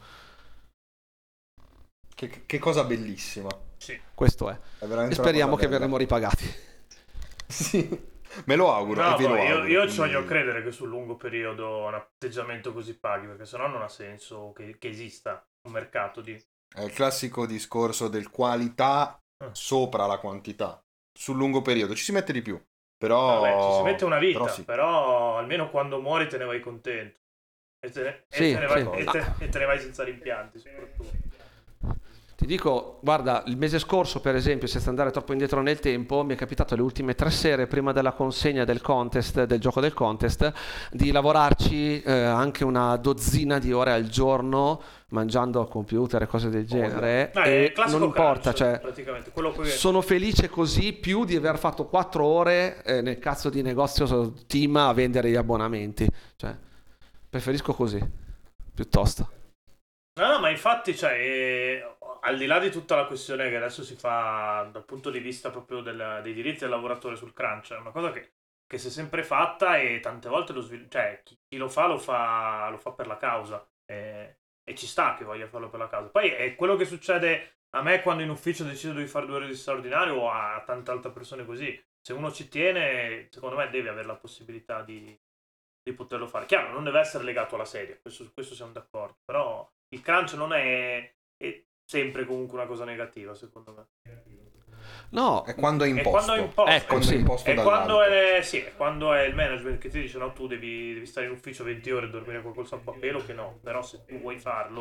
Che, che cosa bellissima. Sì. Questo è. È E veramente una speriamo cosa che bella. verremo ripagati. Sì, me lo auguro. No, e ve lo poi io, auguro, io ci quindi- voglio credere che sul lungo periodo un atteggiamento così paghi, perché sennò non ha senso che, che esista un mercato di... È il classico discorso del qualità Eh. sopra la quantità. Sul lungo periodo ci si mette di più. Però... Vabbè, ci si mette una vita, però però, sì. almeno quando muori te ne vai contento. E te ne, Sì, e te ne vai, sì. e te- e te ne vai senza rimpianti, soprattutto. Ti dico, guarda, il mese scorso per esempio, senza andare troppo indietro nel tempo, mi è capitato le ultime tre sere prima della consegna del contest, del gioco del contest, di lavorarci eh, anche una dozzina di ore al giorno mangiando al computer e cose del genere. Ah, è e il classico non importa, crunch, cioè, praticamente, quello che... sono felice così più di aver fatto quattro ore eh, nel cazzo di negozio team a vendere gli abbonamenti. Cioè, preferisco così, piuttosto. No, no, ma infatti, cioè, eh, al di là di tutta la questione che adesso si fa dal punto di vista proprio del- dei diritti del lavoratore sul crunch, è una cosa che, che si è sempre fatta e tante volte lo svil- cioè, chi, chi lo fa lo fa lo fa per la causa eh, e ci sta che voglia farlo per la causa. Poi è quello che succede a me quando in ufficio decido di fare due ore di straordinario o a tante altre persone così. Se uno ci tiene, secondo me deve avere la possibilità di, di poterlo fare. Chiaro, non deve essere legato alla serie, questo, su questo siamo d'accordo, però il crunch non è, è sempre comunque una cosa negativa, secondo me. No, È quando è È imposto. quando è imposto. Ecco, Quando sì. è imposto È quando dall'alto. è, sì, è quando è il management che ti dice no, tu devi, devi stare in ufficio venti ore e dormire col, col sacco a pelo, che no, però se tu vuoi farlo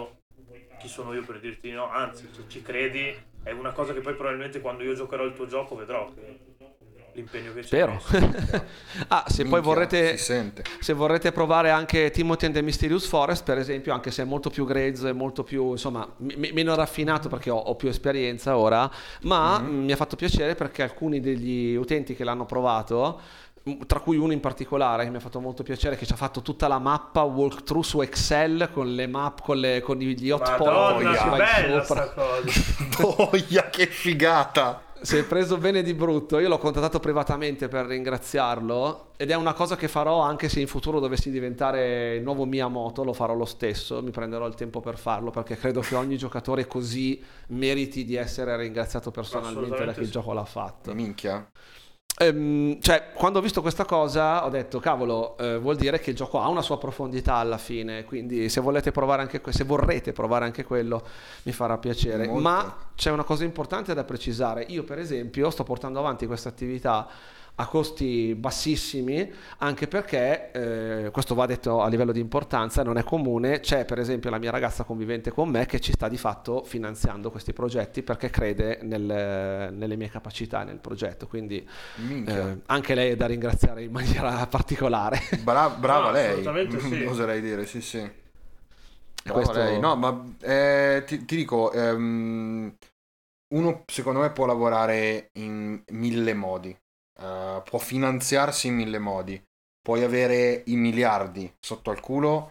chi sono io per dirti no, anzi, se ci credi è una cosa che poi probabilmente quando io giocherò il tuo gioco vedrò che l'impegno che c'è. Spero. Ah, se Minchia, poi vorrete si sente. se vorrete provare anche Timothy and the Mysterious Forest, per esempio, anche se è molto più grezzo e molto più, insomma, m- meno raffinato perché ho, ho più esperienza ora, ma Mhm. mh, mi ha fatto piacere perché alcuni degli utenti che l'hanno provato, mh, tra cui uno in particolare che mi ha fatto molto piacere, che ci ha fatto tutta la mappa walkthrough su Excel con le map, con, le, con gli hotspot Madonna, che ci che vai bella sopra. sta cosa. Boia, che figata! Si è preso bene di brutto. Io l'ho contattato privatamente per ringraziarlo ed è una cosa che farò anche se in futuro dovessi diventare il nuovo Miyamoto, lo farò lo stesso, mi prenderò il tempo per farlo perché credo che ogni giocatore così meriti di essere ringraziato personalmente da Assolutamente chi il sì. gioco l'ha fatto. Minchia. Ehm, cioè, quando ho visto questa cosa ho detto, cavolo, eh, vuol dire che il gioco ha una sua profondità alla fine, quindi se volete provare anche que- se vorrete provare anche quello, mi farà piacere. Molto. Ma c'è una cosa importante da precisare. Io, per esempio, sto portando avanti questa attività a costi bassissimi, anche perché eh, questo va detto a livello di importanza, non è comune. C'è per esempio la mia ragazza convivente con me che ci sta di fatto finanziando questi progetti perché crede nel- nelle mie capacità nel progetto, quindi Minchia. eh, anche lei è da ringraziare in maniera particolare. Bra- brava No, lei, assolutamente sì. oserei dire, sì sì. Brava Questo- lei. No, ma eh, ti, ti dico, ehm, uno secondo me può lavorare in mille modi, eh, può finanziarsi in mille modi, puoi avere i miliardi sotto al culo.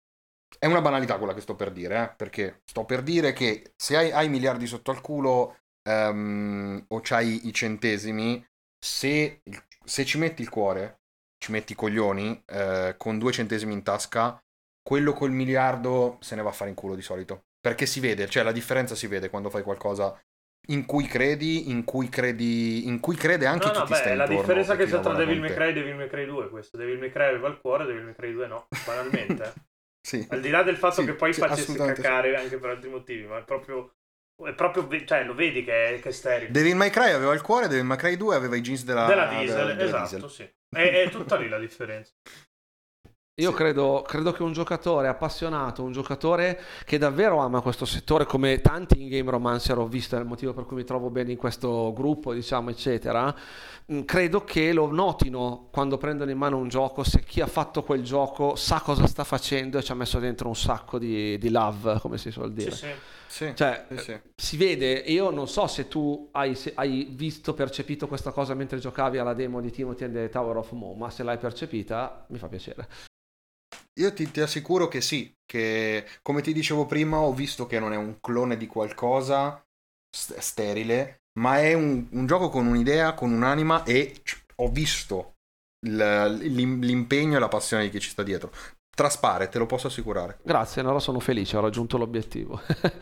È una banalità quella che sto per dire, eh, perché sto per dire che se hai, hai miliardi sotto al culo ehm, o c'hai i centesimi, se, se ci metti il cuore, ci metti i coglioni, eh, con due centesimi in tasca, quello col miliardo se ne va a fare in culo di solito. Perché si vede, cioè la differenza si vede quando fai qualcosa in cui credi, in cui credi, in cui crede anche No, chi no, ti sta beh, la intorno. differenza e che chi c'è tra lavora Devil con May te. Cry e Devil May Cry due è questo. Devil May Cry aveva il cuore, Devil May Cry due no, banalmente. eh. Sì. Al di là del fatto Sì, che poi sì, facesse assolutamente sì. cacare anche per altri motivi, ma è proprio, è proprio ve- cioè lo vedi che è, che è sterile. Devil May Cry aveva il cuore, Devil May Cry due aveva i jeans della, della Diesel, della esatto, Diesel. sì. È, è tutta lì la differenza. Io Sì. credo, credo che un giocatore appassionato, un giocatore che davvero ama questo settore, come tanti in Game Romancer ho visto, è il motivo per cui mi trovo bene in questo gruppo, diciamo, eccetera, mh, credo che lo notino quando prendono in mano un gioco, se chi ha fatto quel gioco sa cosa sta facendo e ci ha messo dentro un sacco di, di love, come si suol dire. Sì, sì. Sì, Cioè, sì, sì. si vede, e io non so se tu hai, se hai visto, percepito questa cosa mentre giocavi alla demo di Timothy and the Tower of Mo, ma se l'hai percepita mi fa piacere. Io ti, ti assicuro che sì, che come ti dicevo prima ho visto che non è un clone di qualcosa st- sterile, ma è un, un gioco con un'idea, con un'anima e c- ho visto il- l'im- l'impegno e la passione di chi ci sta dietro. Traspare, te lo posso assicurare. Grazie, allora sono felice, ho raggiunto l'obiettivo.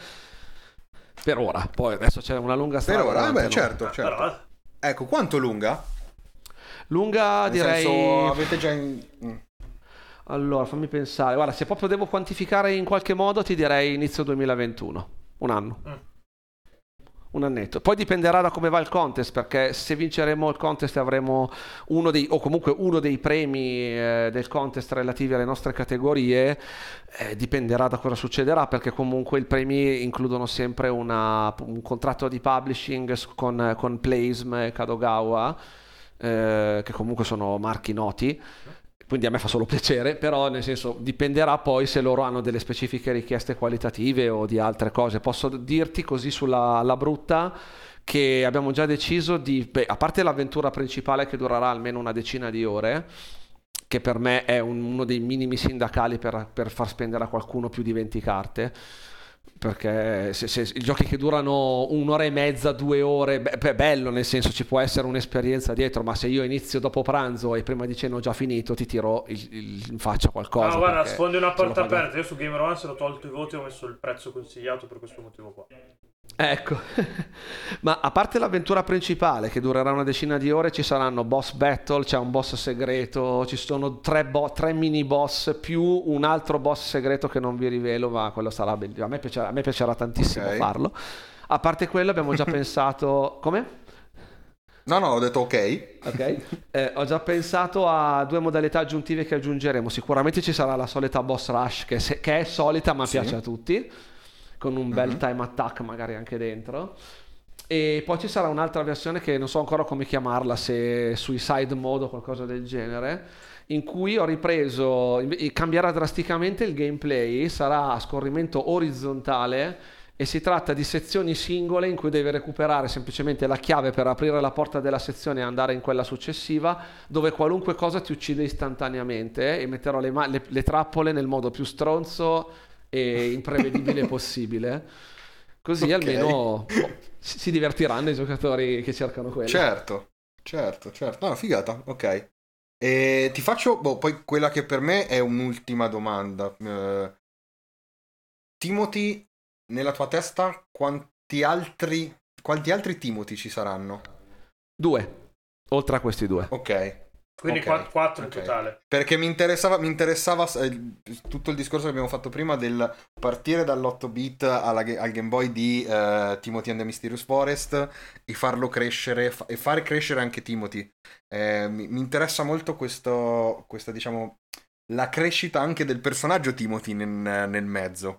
Per ora, poi adesso c'è una lunga strada. Per ora, davanti, beh, no? certo, Eh, certo. però, Ecco, quanto lunga? Lunga Nel direi... senso, avete già... in- mm. Allora, fammi pensare. Guarda, se proprio devo quantificare in qualche modo, ti direi inizio duemilaventuno. Un anno. Mm. Un annetto. Poi dipenderà da come va il contest, perché se vinceremo il contest avremo uno dei, o comunque uno dei premi eh, del contest relativi alle nostre categorie, eh, dipenderà da cosa succederà, perché comunque i premi includono sempre una- un contratto di publishing s- con, con Plasm e Kadogawa, eh, che comunque sono marchi noti. Quindi a me fa solo piacere, però nel senso dipenderà poi se loro hanno delle specifiche richieste qualitative o di altre cose. Posso dirti così sulla alla brutta che abbiamo già deciso di, beh, a parte l'avventura principale che durerà almeno una decina di ore, che per me è un- uno dei minimi sindacali per, per far spendere a qualcuno più di venti carte. Perché se, se i giochi che durano un'ora e mezza, due ore, beh, beh, bello, nel senso ci può essere un'esperienza dietro, ma se io inizio dopo pranzo e prima di cena ho già finito, ti tiro il- il- in faccia qualcosa. no, guarda, perché sfondi una se lo porta paga- aperta. Io su Game Romancer ho tolto i voti e ho messo il prezzo consigliato per questo motivo qua. Ecco, ma a parte l'avventura principale che durerà una decina di ore, ci saranno boss battle, c'è un boss segreto, ci sono tre, bo- tre mini boss più un altro boss segreto che non vi rivelo, ma quello sarà bellissimo. A me piacerà, a me piacerà tantissimo Ok. farlo. A parte quello abbiamo già pensato... Come? No, no, ho detto ok. Ok, eh, ho già pensato a due modalità aggiuntive che aggiungeremo. Sicuramente ci sarà la solita boss rush che, se- che è solita ma Sì. piace a tutti. con un bel Mhm. time attack magari anche dentro. E poi ci sarà un'altra versione che non so ancora come chiamarla, se Suicide Mode o qualcosa del genere, in cui ho ripreso, inve- cambierà drasticamente il gameplay, sarà a scorrimento orizzontale e si tratta di sezioni singole in cui devi recuperare semplicemente la chiave per aprire la porta della sezione e andare in quella successiva, dove qualunque cosa ti uccide istantaneamente, e metterò le, ma- le- le trappole nel modo più stronzo e imprevedibile possibile. Così Ok. almeno boh, si si divertiranno i giocatori che cercano quello. Certo, certo, certo. No, figata, ok. E ti faccio, boh, poi quella che per me è un'ultima domanda. Eh, Timothy, nella tua testa, quanti altri, quanti altri Timothy ci saranno? Due, oltre a questi due. Ok. Quindi ok, quattro in ok. totale. Perché mi interessava, mi interessava eh, tutto il discorso che abbiamo fatto prima del partire dall'otto bit alla ga- al Game Boy di eh, Timothy and the Mysterious Forest e farlo crescere fa- e fare crescere anche Timothy. Eh, mi, mi interessa molto questo, questa, diciamo, la crescita anche del personaggio Timothy nel, nel mezzo.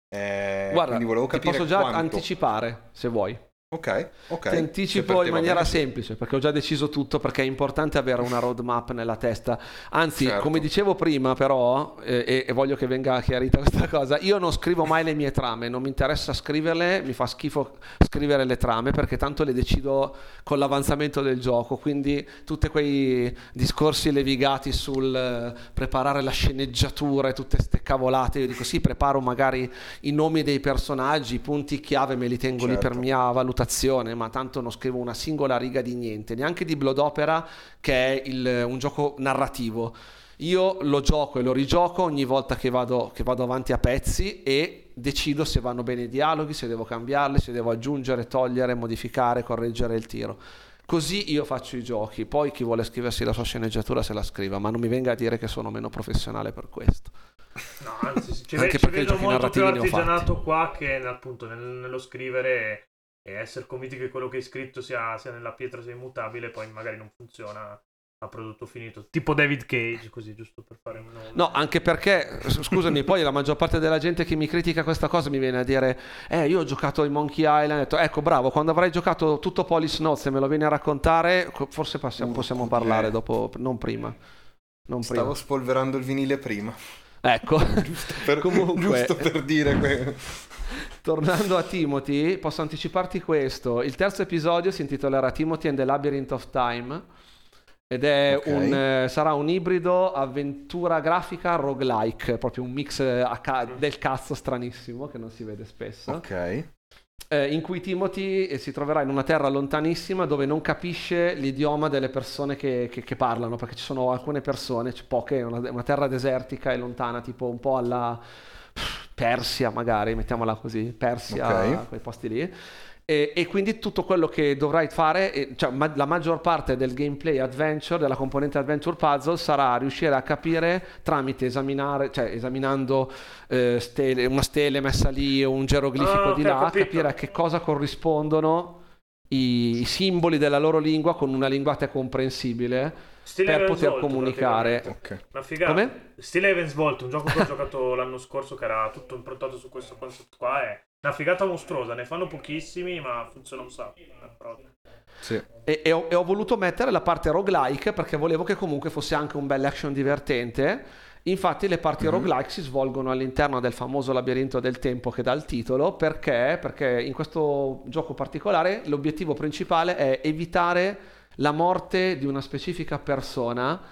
Eh, Guarda, quindi volevo ti capire posso già quanto. anticipare, se vuoi. Ok, ok. Ti Se anticipo per te in va maniera bene, sì. semplice, perché ho già deciso tutto, perché è importante avere una roadmap nella testa. Anzi, Certo. come dicevo prima, però, eh, e, e voglio che venga chiarita questa cosa, io non scrivo mai le mie trame, non mi interessa scriverle, mi fa schifo scrivere le trame, perché tanto le decido con l'avanzamento del gioco, quindi tutti quei discorsi levigati sul eh, preparare la sceneggiatura e tutte ste cavolate, io dico sì, preparo magari i nomi dei personaggi, i punti chiave me li tengo lì per Certo. mia valutazione, ma tanto non scrivo una singola riga di niente, neanche di Blood Opera, che è il- un gioco narrativo. Io lo gioco e lo rigioco ogni volta che vado, che vado avanti a pezzi e decido se vanno bene i dialoghi, se devo cambiarli, se devo aggiungere, togliere, modificare, correggere il tiro. Così io faccio i giochi, poi chi vuole scriversi la sua sceneggiatura se la scriva, ma non mi venga a dire che sono meno professionale per questo. No, anzi, ci, Anche ci perché i vedo giochi molto più narrativi ne ho artigianato fatti. qua che appunto nel- nello scrivere e essere convinti che quello che hai scritto sia, sia nella pietra, sia immutabile, poi magari non funziona a prodotto finito. Tipo David Cage, così, giusto per fare un nome. No, anche perché, s- scusami, poi la maggior parte della gente che mi critica questa cosa mi viene a dire eh, io ho giocato in Monkey Island, ho detto, ecco, bravo, quando avrai giocato tutto Police Notes e me lo vieni a raccontare, co- forse passiamo- Uh, possiamo eh. parlare dopo, non prima. Non Stavo prima. spolverando il vinile prima. Ecco, Giusto per, comunque, giusto per dire que- tornando a Timothy, posso anticiparti questo. Il terzo episodio si intitolerà Timothy and the Labyrinth of Time ed è Ok. un, eh, sarà un ibrido avventura grafica roguelike, proprio un mix eh, a ca- del cazzo stranissimo che non si vede spesso. Ok. eh, in cui Timothy eh, si troverà in una terra lontanissima dove non capisce l'idioma delle persone che, che- che parlano, perché ci sono alcune persone, c'è poche, è una, una terra desertica e lontana, tipo un po' alla pff, Persia magari, mettiamola così, Persia, Ok. quei posti lì. E, e quindi tutto quello che dovrai fare, eh, cioè ma- la maggior parte del gameplay adventure, della componente adventure puzzle, sarà riuscire a capire tramite esaminare, cioè esaminando eh, stele, una stele messa lì o un geroglifico Ah, di ok, ho là, capito. capire a che cosa corrispondono i, i simboli della loro lingua con una linguetta comprensibile Stile per Heaven's poter Vault, comunicare. praticamente. Ok. Una figata. Come? Stile Heaven's Vault, un gioco che ho giocato l'anno scorso che era tutto improntato su questo concept qua, è una figata mostruosa, ne fanno pochissimi ma funziona un sacco. eh, proprio. Sì. E, e ho, e ho voluto mettere la parte roguelike perché volevo che comunque fosse anche un bel action divertente. Infatti le parti Mhm. roguelike si svolgono all'interno del famoso labirinto del tempo che dà il titolo. Perché? Perché in questo gioco particolare l'obiettivo principale è evitare la morte di una specifica persona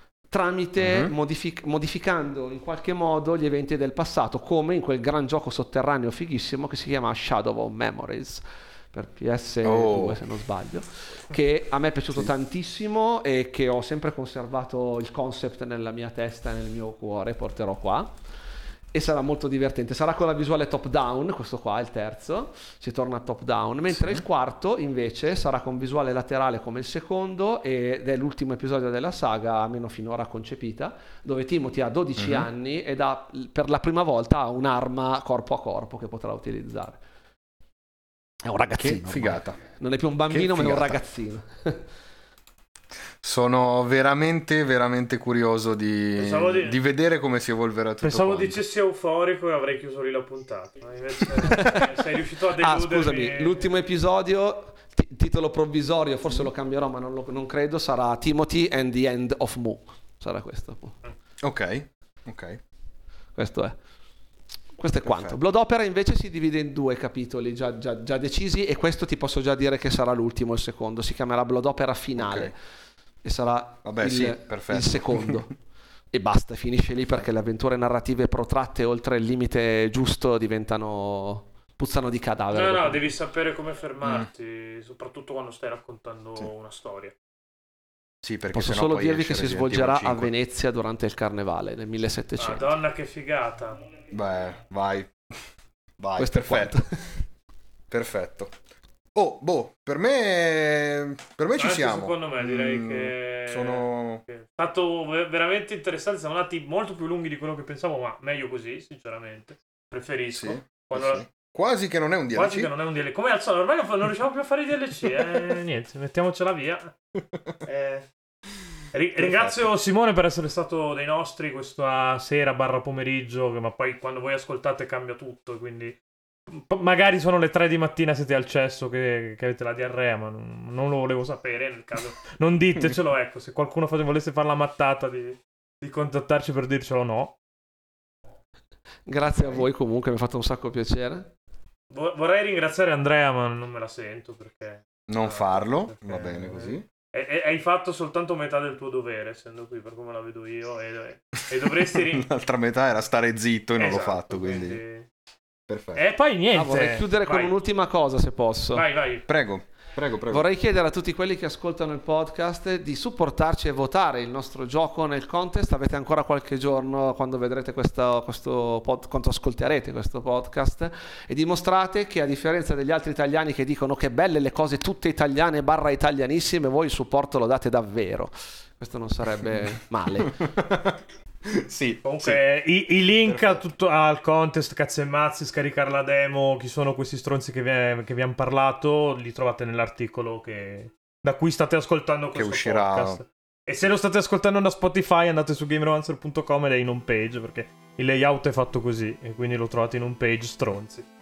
tramite Mhm. modific- modificando in qualche modo gli eventi del passato, come in quel gran gioco sotterraneo fighissimo che si chiama Shadow of Memories per P S due Oh. se non sbaglio, che a me è piaciuto Sì. tantissimo e che ho sempre conservato il concept nella mia testa e nel mio cuore, porterò qua e sarà molto divertente. Sarà con la visuale top down, questo qua è il terzo, si torna a top down, mentre Sì. il quarto invece sarà con visuale laterale come il secondo ed è l'ultimo episodio della saga, almeno finora concepita, dove Timothy ha dodici Mhm. anni ed ha per la prima volta ha un'arma corpo a corpo che potrà utilizzare. È un ragazzino. Che ormai. figata. Non è più un bambino, ma Che è un figata. ragazzino. Sono veramente, veramente curioso di, di... di vedere come si evolverà tutto. Pensavo quanto. dicessi euforico e avrei chiuso lì la puntata. Ma invece sei riuscito a deludermi. Ah, scusami, l'ultimo episodio, t- titolo provvisorio, forse lo cambierò, ma non, lo, non credo, sarà Timothy and the End of Mu. Sarà questo. Ok, ok. Questo è. Questo è quanto. Perfetto. Blood Opera invece si divide in due capitoli già, già, già decisi, e questo ti posso già dire che sarà l'ultimo, il secondo. Si chiamerà Blood Opera Finale. Okay. E sarà Vabbè, il, sì, il secondo. E basta, finisce lì, perché le avventure narrative protratte oltre il limite giusto diventano... puzzano di cadavere. No, no, devi sapere come fermarti, mm. soprattutto quando stai raccontando sì. una storia. Sì, perché posso solo dirvi che si svolgerà a Venezia durante il carnevale nel millesettecento. Madonna, che figata. Beh, vai. Vai, questo perfetto. È perfetto. Oh, boh, per me per me ci anche siamo. Secondo me direi mm, che sono che è stato veramente interessante, siamo andati molto più lunghi di quello che pensavo, ma meglio così, sinceramente. Preferisco. Sì, Quando... sì. Quasi che non è un D L C. Quasi che non è un D L C. Come al solito, ormai non riusciamo più a fare i D L C. Eh, niente, mettiamocela via. Eh, ri- ringrazio Simone per essere stato dei nostri questa sera barra pomeriggio, ma poi quando voi ascoltate cambia tutto, quindi p- magari sono le tre di mattina, siete al cesso che, che avete la diarrea, ma non, non lo volevo sapere, nel caso non ditecelo, ecco, se qualcuno fa- volesse fare la mattata di, di contattarci per dircelo, no. Grazie a voi comunque, mi ha fatto un sacco piacere. Vorrei ringraziare Andrea, ma non me la sento perché... Non farlo, perché... va bene così. E, e, hai fatto soltanto metà del tuo dovere, essendo qui, per come la vedo io, e, e dovresti... Rin... L'altra metà era stare zitto e non esatto, l'ho fatto, quindi... quindi... Perfetto. E poi niente. Ah, vorrei chiudere vai. con un'ultima cosa, se posso. Vai, vai. Prego. Prego, prego. Vorrei chiedere a tutti quelli che ascoltano il podcast di supportarci e votare il nostro gioco nel contest. Avete ancora qualche giorno, quando vedrete questo, questo pod, quando ascolterete questo podcast, e dimostrate che, a differenza degli altri italiani che dicono che belle le cose tutte italiane barra italianissime, voi il supporto lo date davvero. Questo non sarebbe male. Sì, comunque sì. I, i link a tutto, al contest, cazzo e mazzi, scaricare la demo, chi sono questi stronzi che vi, che vi hanno parlato, li trovate nell'articolo che, da cui state ascoltando questo che uscirà... podcast. E se lo state ascoltando da Spotify, andate su gameromancer punto com ed è in home page, perché il layout è fatto così e quindi lo trovate in home page, stronzi.